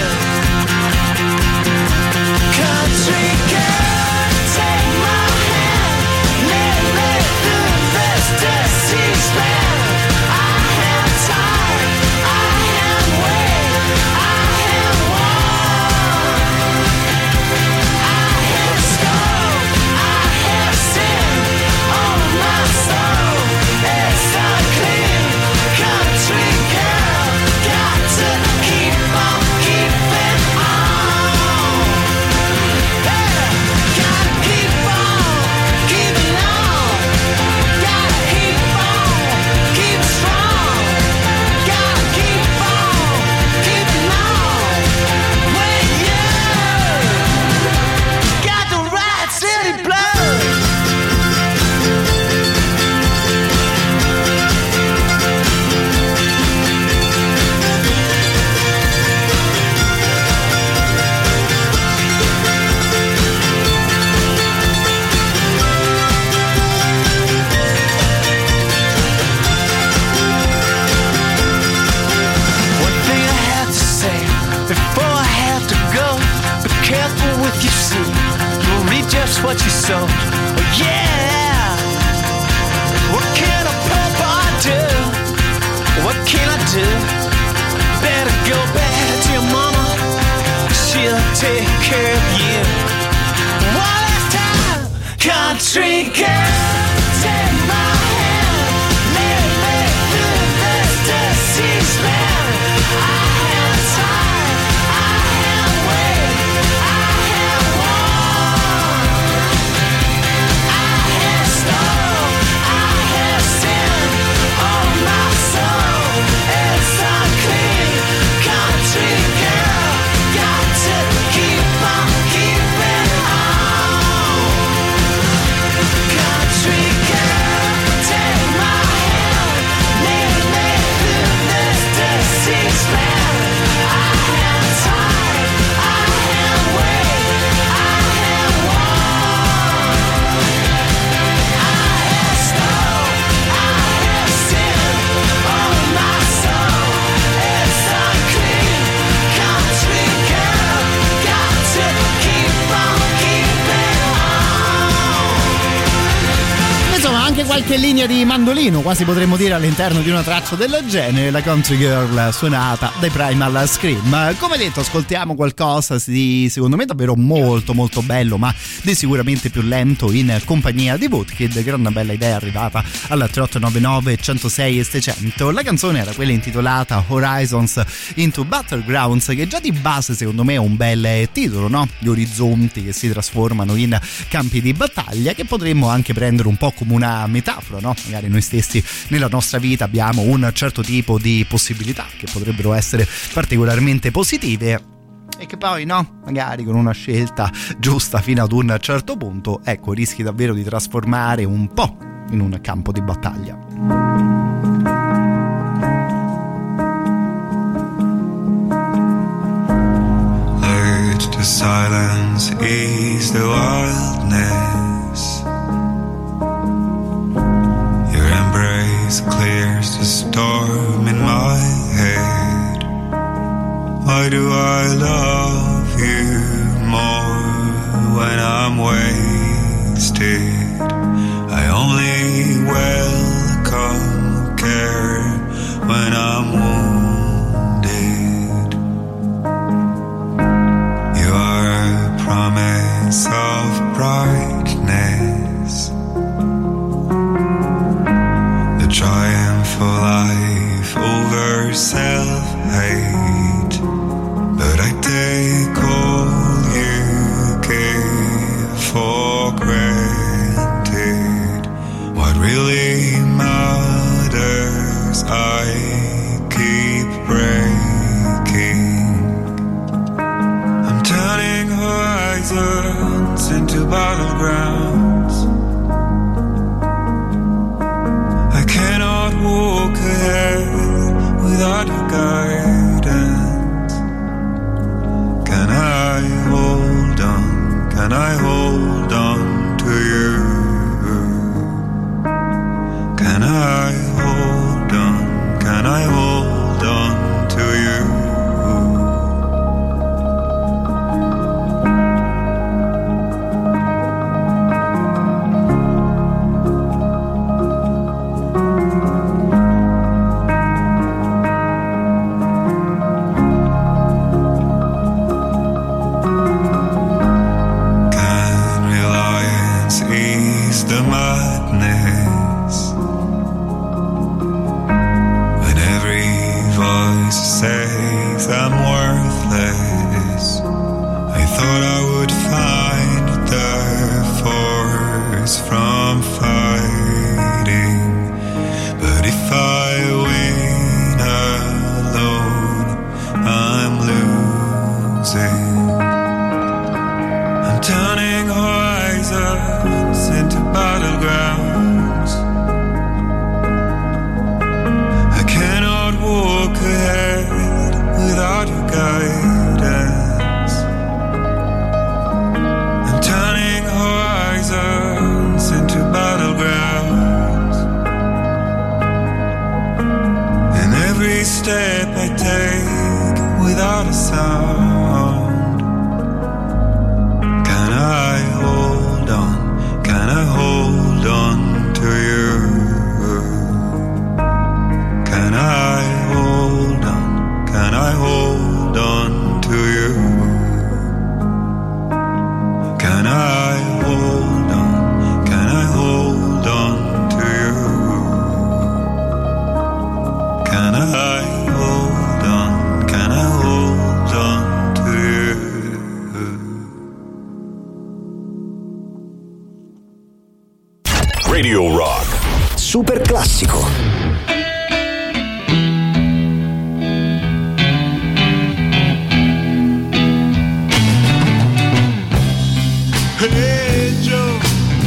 Speaker 11: Country girl, take my hand, let me through this disease land. I am tired, I am weak, I am worn, I have scope, I have sin on my soul. It's unclean, country girl, got to keep on keeping on. Yeah, gotta keep on keeping on. Gotta keep on, keep strong. Gotta keep on keeping on. When you got the right city blood. One thing I have to say before I have to go: be careful with your seed. You'll reap just what you sow. Oh yeah. What can a pup I do? What can I do? Better go back to your mama, she'll take care of you. One last time, country girl, take my hand, let me through this disease land. I am tired, I am weak, I am worn, I have stole, I have sinned on my soul. It's unclean, country girl, got to keep on keeping on. Country girl, take my hand, lead me through this disease land. I am tired, I am weak, I am worn, I have stole, I have sinned on my soul. It's unclean, country girl, got to keep on keeping on.
Speaker 3: Insomma, anche qualche linea di mandolino, quasi potremmo dire, all'interno di una traccia del genere, la Country Girl suonata dai Primal Scream. Come detto, ascoltiamo qualcosa di, secondo me, davvero molto molto bello, ma di sicuramente più lento, in compagnia di Woodkid, che era una bella idea arrivata alla 3899 106 e 600. La canzone era quella intitolata Horizons into Battlegrounds, che già di base secondo me è un bel titolo, no? Gli orizzonti che si trasformano in campi di battaglia, che potremmo anche prendere un po' come una metafora, no? Magari noi stessi nella nostra vita abbiamo un certo tipo di possibilità che potrebbero essere particolarmente positive e che poi, no, magari con una scelta giusta fino ad un certo punto, ecco, rischi davvero di trasformare un po' in un campo di battaglia.
Speaker 12: Let the silence ease the wildness. Your embrace clears the storm in my head. Why do I love you more when I'm wasted? I only welcome care when I'm wounded. You are a promise of brightness, the triumph of life over self-hate. But I take all you gave for granted. What really matters, I keep breaking. I'm turning horizons into battlegrounds. I cannot walk ahead without your guidance. step I take without a sound. Can I hold on? Can I hold on to you? Can I hold on? Can I hold on to you? Can I hold on? Can I hold on to you? Can I hold on? Can I hold on to you?
Speaker 2: Radio Rock.
Speaker 1: Super classico.
Speaker 6: Hey Joe,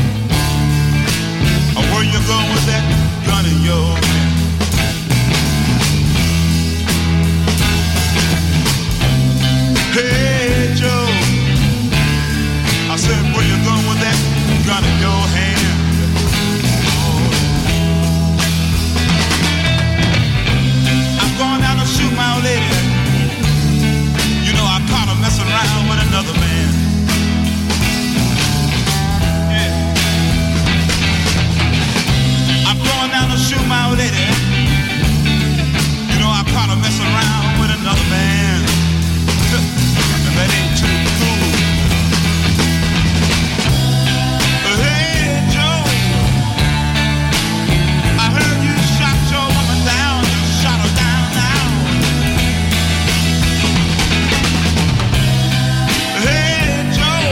Speaker 6: where you going with that gun of yours? Hey Joe, I said where you going with that gun in your hand? I'm going down to shoot my old lady. You know I caught her messing around with another man. To shoot my old lady. You know I caught her messing around with another man. And that ain't too cool. Hey Joe, I heard you shot your woman down. You shot her down now. Hey Joe,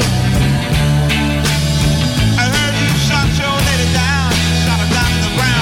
Speaker 6: I heard you shot your lady down. You shot her down to the ground.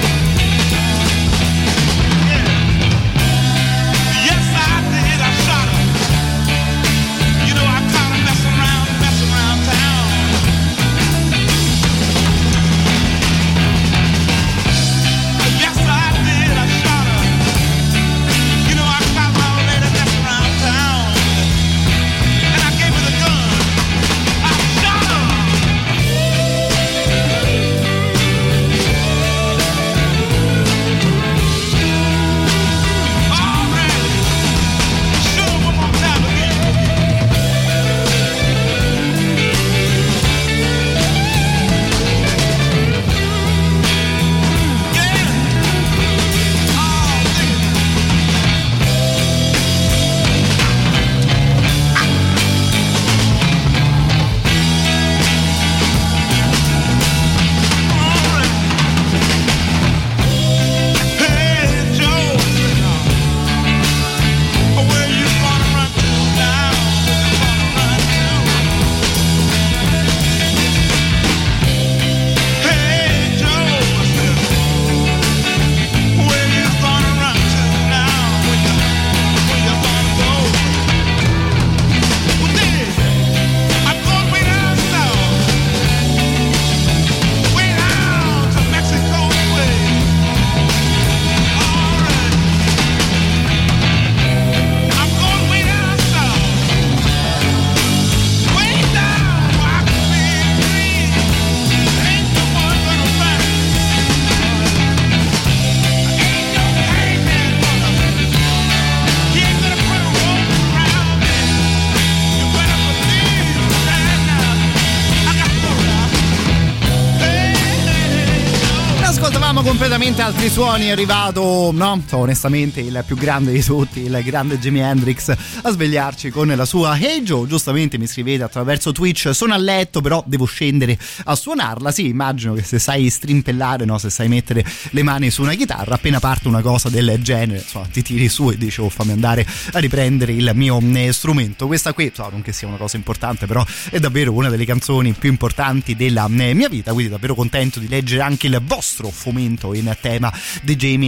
Speaker 3: Completamente altri suoni. È arrivato, no? Onestamente il più grande di tutti, il grande Jimi Hendrix, a svegliarci con la sua Hey Joe. Giustamente mi scrivete attraverso Twitch: sono a letto però devo scendere a suonarla. Sì, immagino che se sai strimpellare, no? Se sai mettere le mani su una chitarra, appena parte una cosa del genere, insomma, ti tiri su e dici: oh, fammi andare a riprendere il mio strumento. Questa qui, non che sia una cosa importante, però è davvero una delle canzoni più importanti della mia vita, quindi davvero contento di leggere anche il vostro fomento in tema di Jimi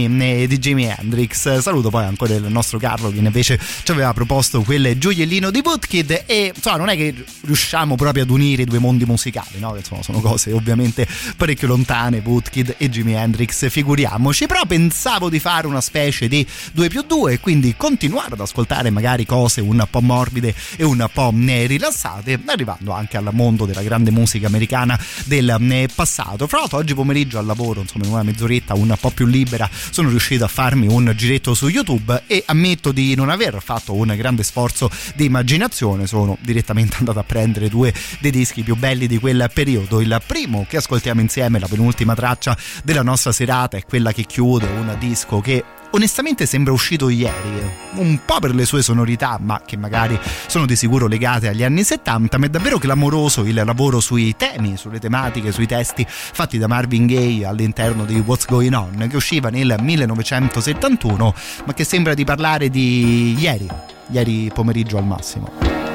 Speaker 3: Hendrix. Saluto poi ancora il nostro Carlo, che invece ci aveva proposto quel gioiellino di Woodkid, e non è che riusciamo proprio ad unire i due mondi musicali, no? Che sono cose ovviamente parecchio lontane, Woodkid e Jimi Hendrix, figuriamoci. Però pensavo di fare una specie di 2+2 e quindi continuare ad ascoltare magari cose un po' morbide e un po' rilassate, arrivando anche al mondo della grande musica americana del passato. Fra l'altro oggi pomeriggio al lavoro, insomma, in una mezz'oretta un po' più libera sono riuscito a farmi un giretto su YouTube e ammetto di non aver fatto un grande sforzo di immaginazione. Sono direttamente andato a prendere due dei dischi più belli di quel periodo. Il primo che ascoltiamo insieme, la penultima traccia della nostra serata, è quella che chiude un disco che onestamente sembra uscito ieri, un po' per le sue sonorità, ma che magari sono di sicuro legate agli anni 70, ma è davvero clamoroso il lavoro sui temi, sulle tematiche, sui testi fatti da Marvin Gaye all'interno di What's Going On, che usciva nel 1971, ma che sembra di parlare di ieri pomeriggio al massimo.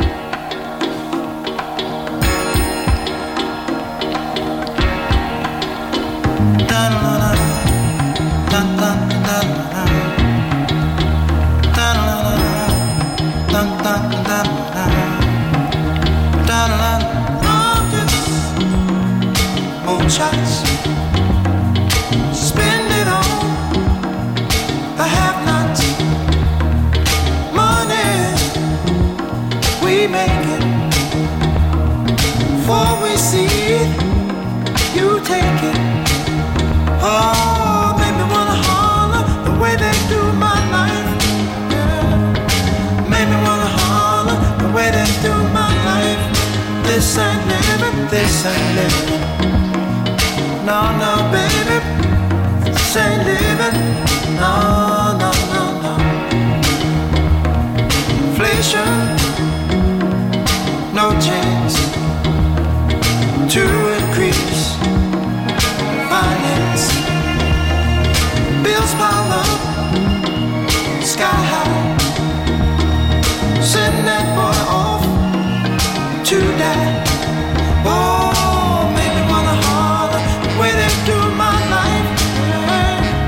Speaker 9: Shots, spend it on the have-nots. Money, we make it. Before we see it, you take it. Oh, make me wanna holler the way they do my life. Yeah. Make me wanna holler the way they do my life. This ain't living, this ain't living. No, no, baby, this ain't living. No, no, no, no. Inflation, no chance to increase finance. Bills pile up, sky high. Send that boy off to die. Oh, make me wanna holler the way they do my life.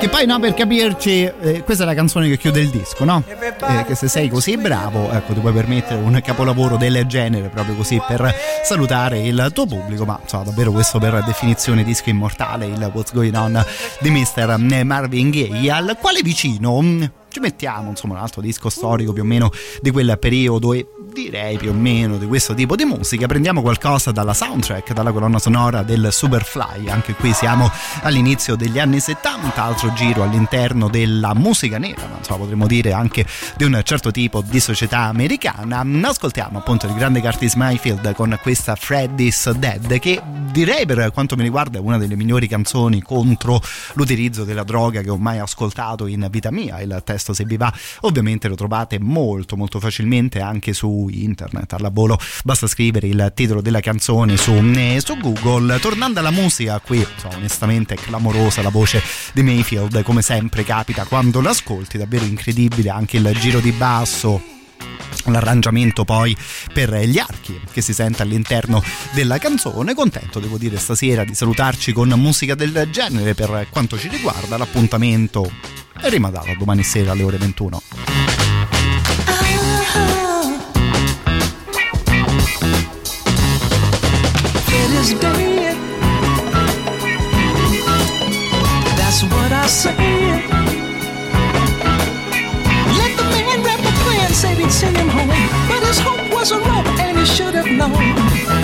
Speaker 3: Che poi, no, per capirci, questa è la canzone che chiude il disco, no? Che se sei così bravo, ecco, ti puoi permettere un capolavoro del genere proprio così per salutare il tuo pubblico. Ma insomma, davvero questo per definizione disco immortale, il What's Going On di Mr. Marvin Gaye, al quale vicino ci mettiamo insomma un altro disco storico più o meno di quel periodo e direi più o meno di questo tipo di musica. Prendiamo qualcosa dalla soundtrack, dalla colonna sonora del Superfly. Anche qui siamo all'inizio degli anni 70, altro giro all'interno della musica nera, ma insomma potremmo dire anche di un certo tipo di società americana. Ascoltiamo appunto il grande Curtis Mayfield con questa Freddy's Dead, che direi per quanto mi riguarda è una delle migliori canzoni contro l'utilizzo della droga che ho mai ascoltato in vita mia. Il testo, se vi va, ovviamente lo trovate molto molto facilmente anche su internet, alla volo basta scrivere il titolo della canzone su Google. Tornando alla musica, qui insomma, onestamente è clamorosa la voce di Mayfield, come sempre capita quando l'ascolti, davvero incredibile anche il giro di basso, l'arrangiamento poi per gli archi che si sente all'interno della canzone. Contento, devo dire, stasera di salutarci con musica del genere. Per quanto ci riguarda l'appuntamento è rimandato a domani sera alle ore 21.
Speaker 9: It is dead. That's what I said. Let the man rap a plan, said he'd send him home, but his hope wasn't wrong, and he should have known.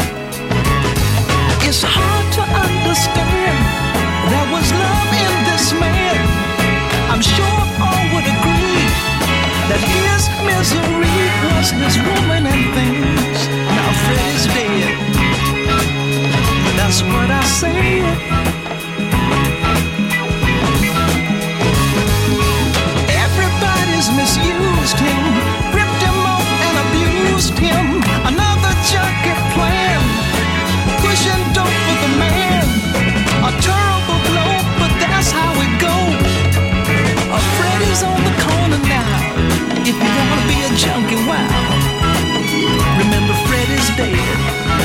Speaker 9: It's hard to understand. There was love in this man. I'm sure all would agree that his misery was his woman and things. Now Fred is dead. That's what I said. Everybody's misused him, ripped him off and abused him. Another junkie plan, pushing dope for the man. A terrible blow, but that's how it goes. Freddy's on the corner now. If you wanna be a junkie, wow, remember Freddy's dead.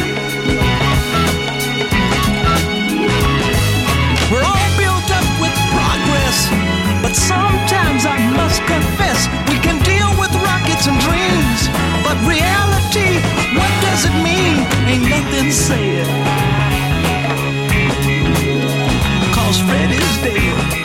Speaker 9: We're all built up with progress, but sometimes I must confess we can deal with rockets and dreams, but reality, what does it mean? Ain't nothing said, 'cause Freddy's dead.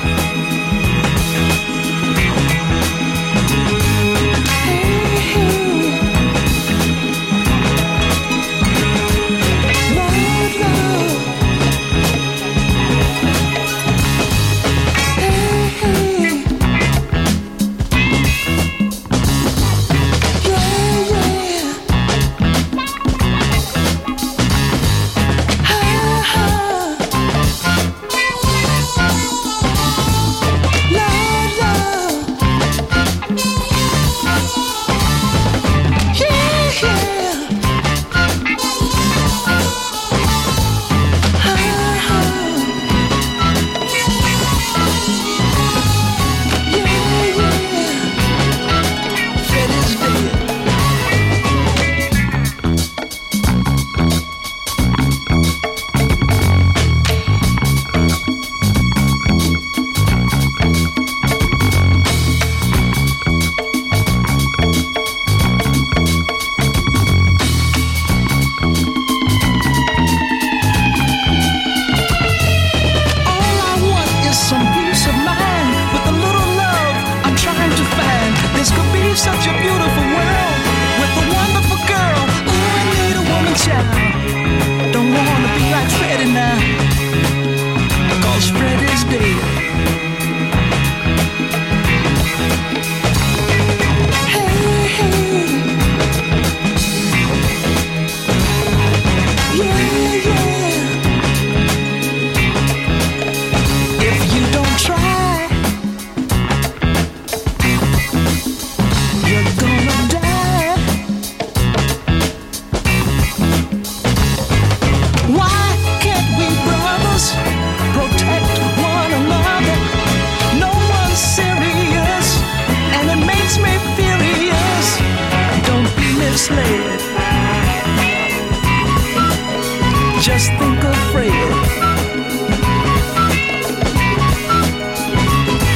Speaker 9: Just think of Fred.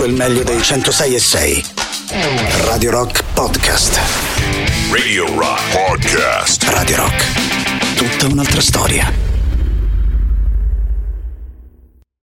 Speaker 1: tutto il meglio dei 106.6. Radio Rock Podcast.
Speaker 2: Radio Rock Podcast.
Speaker 1: Radio Rock. Tutta un'altra storia.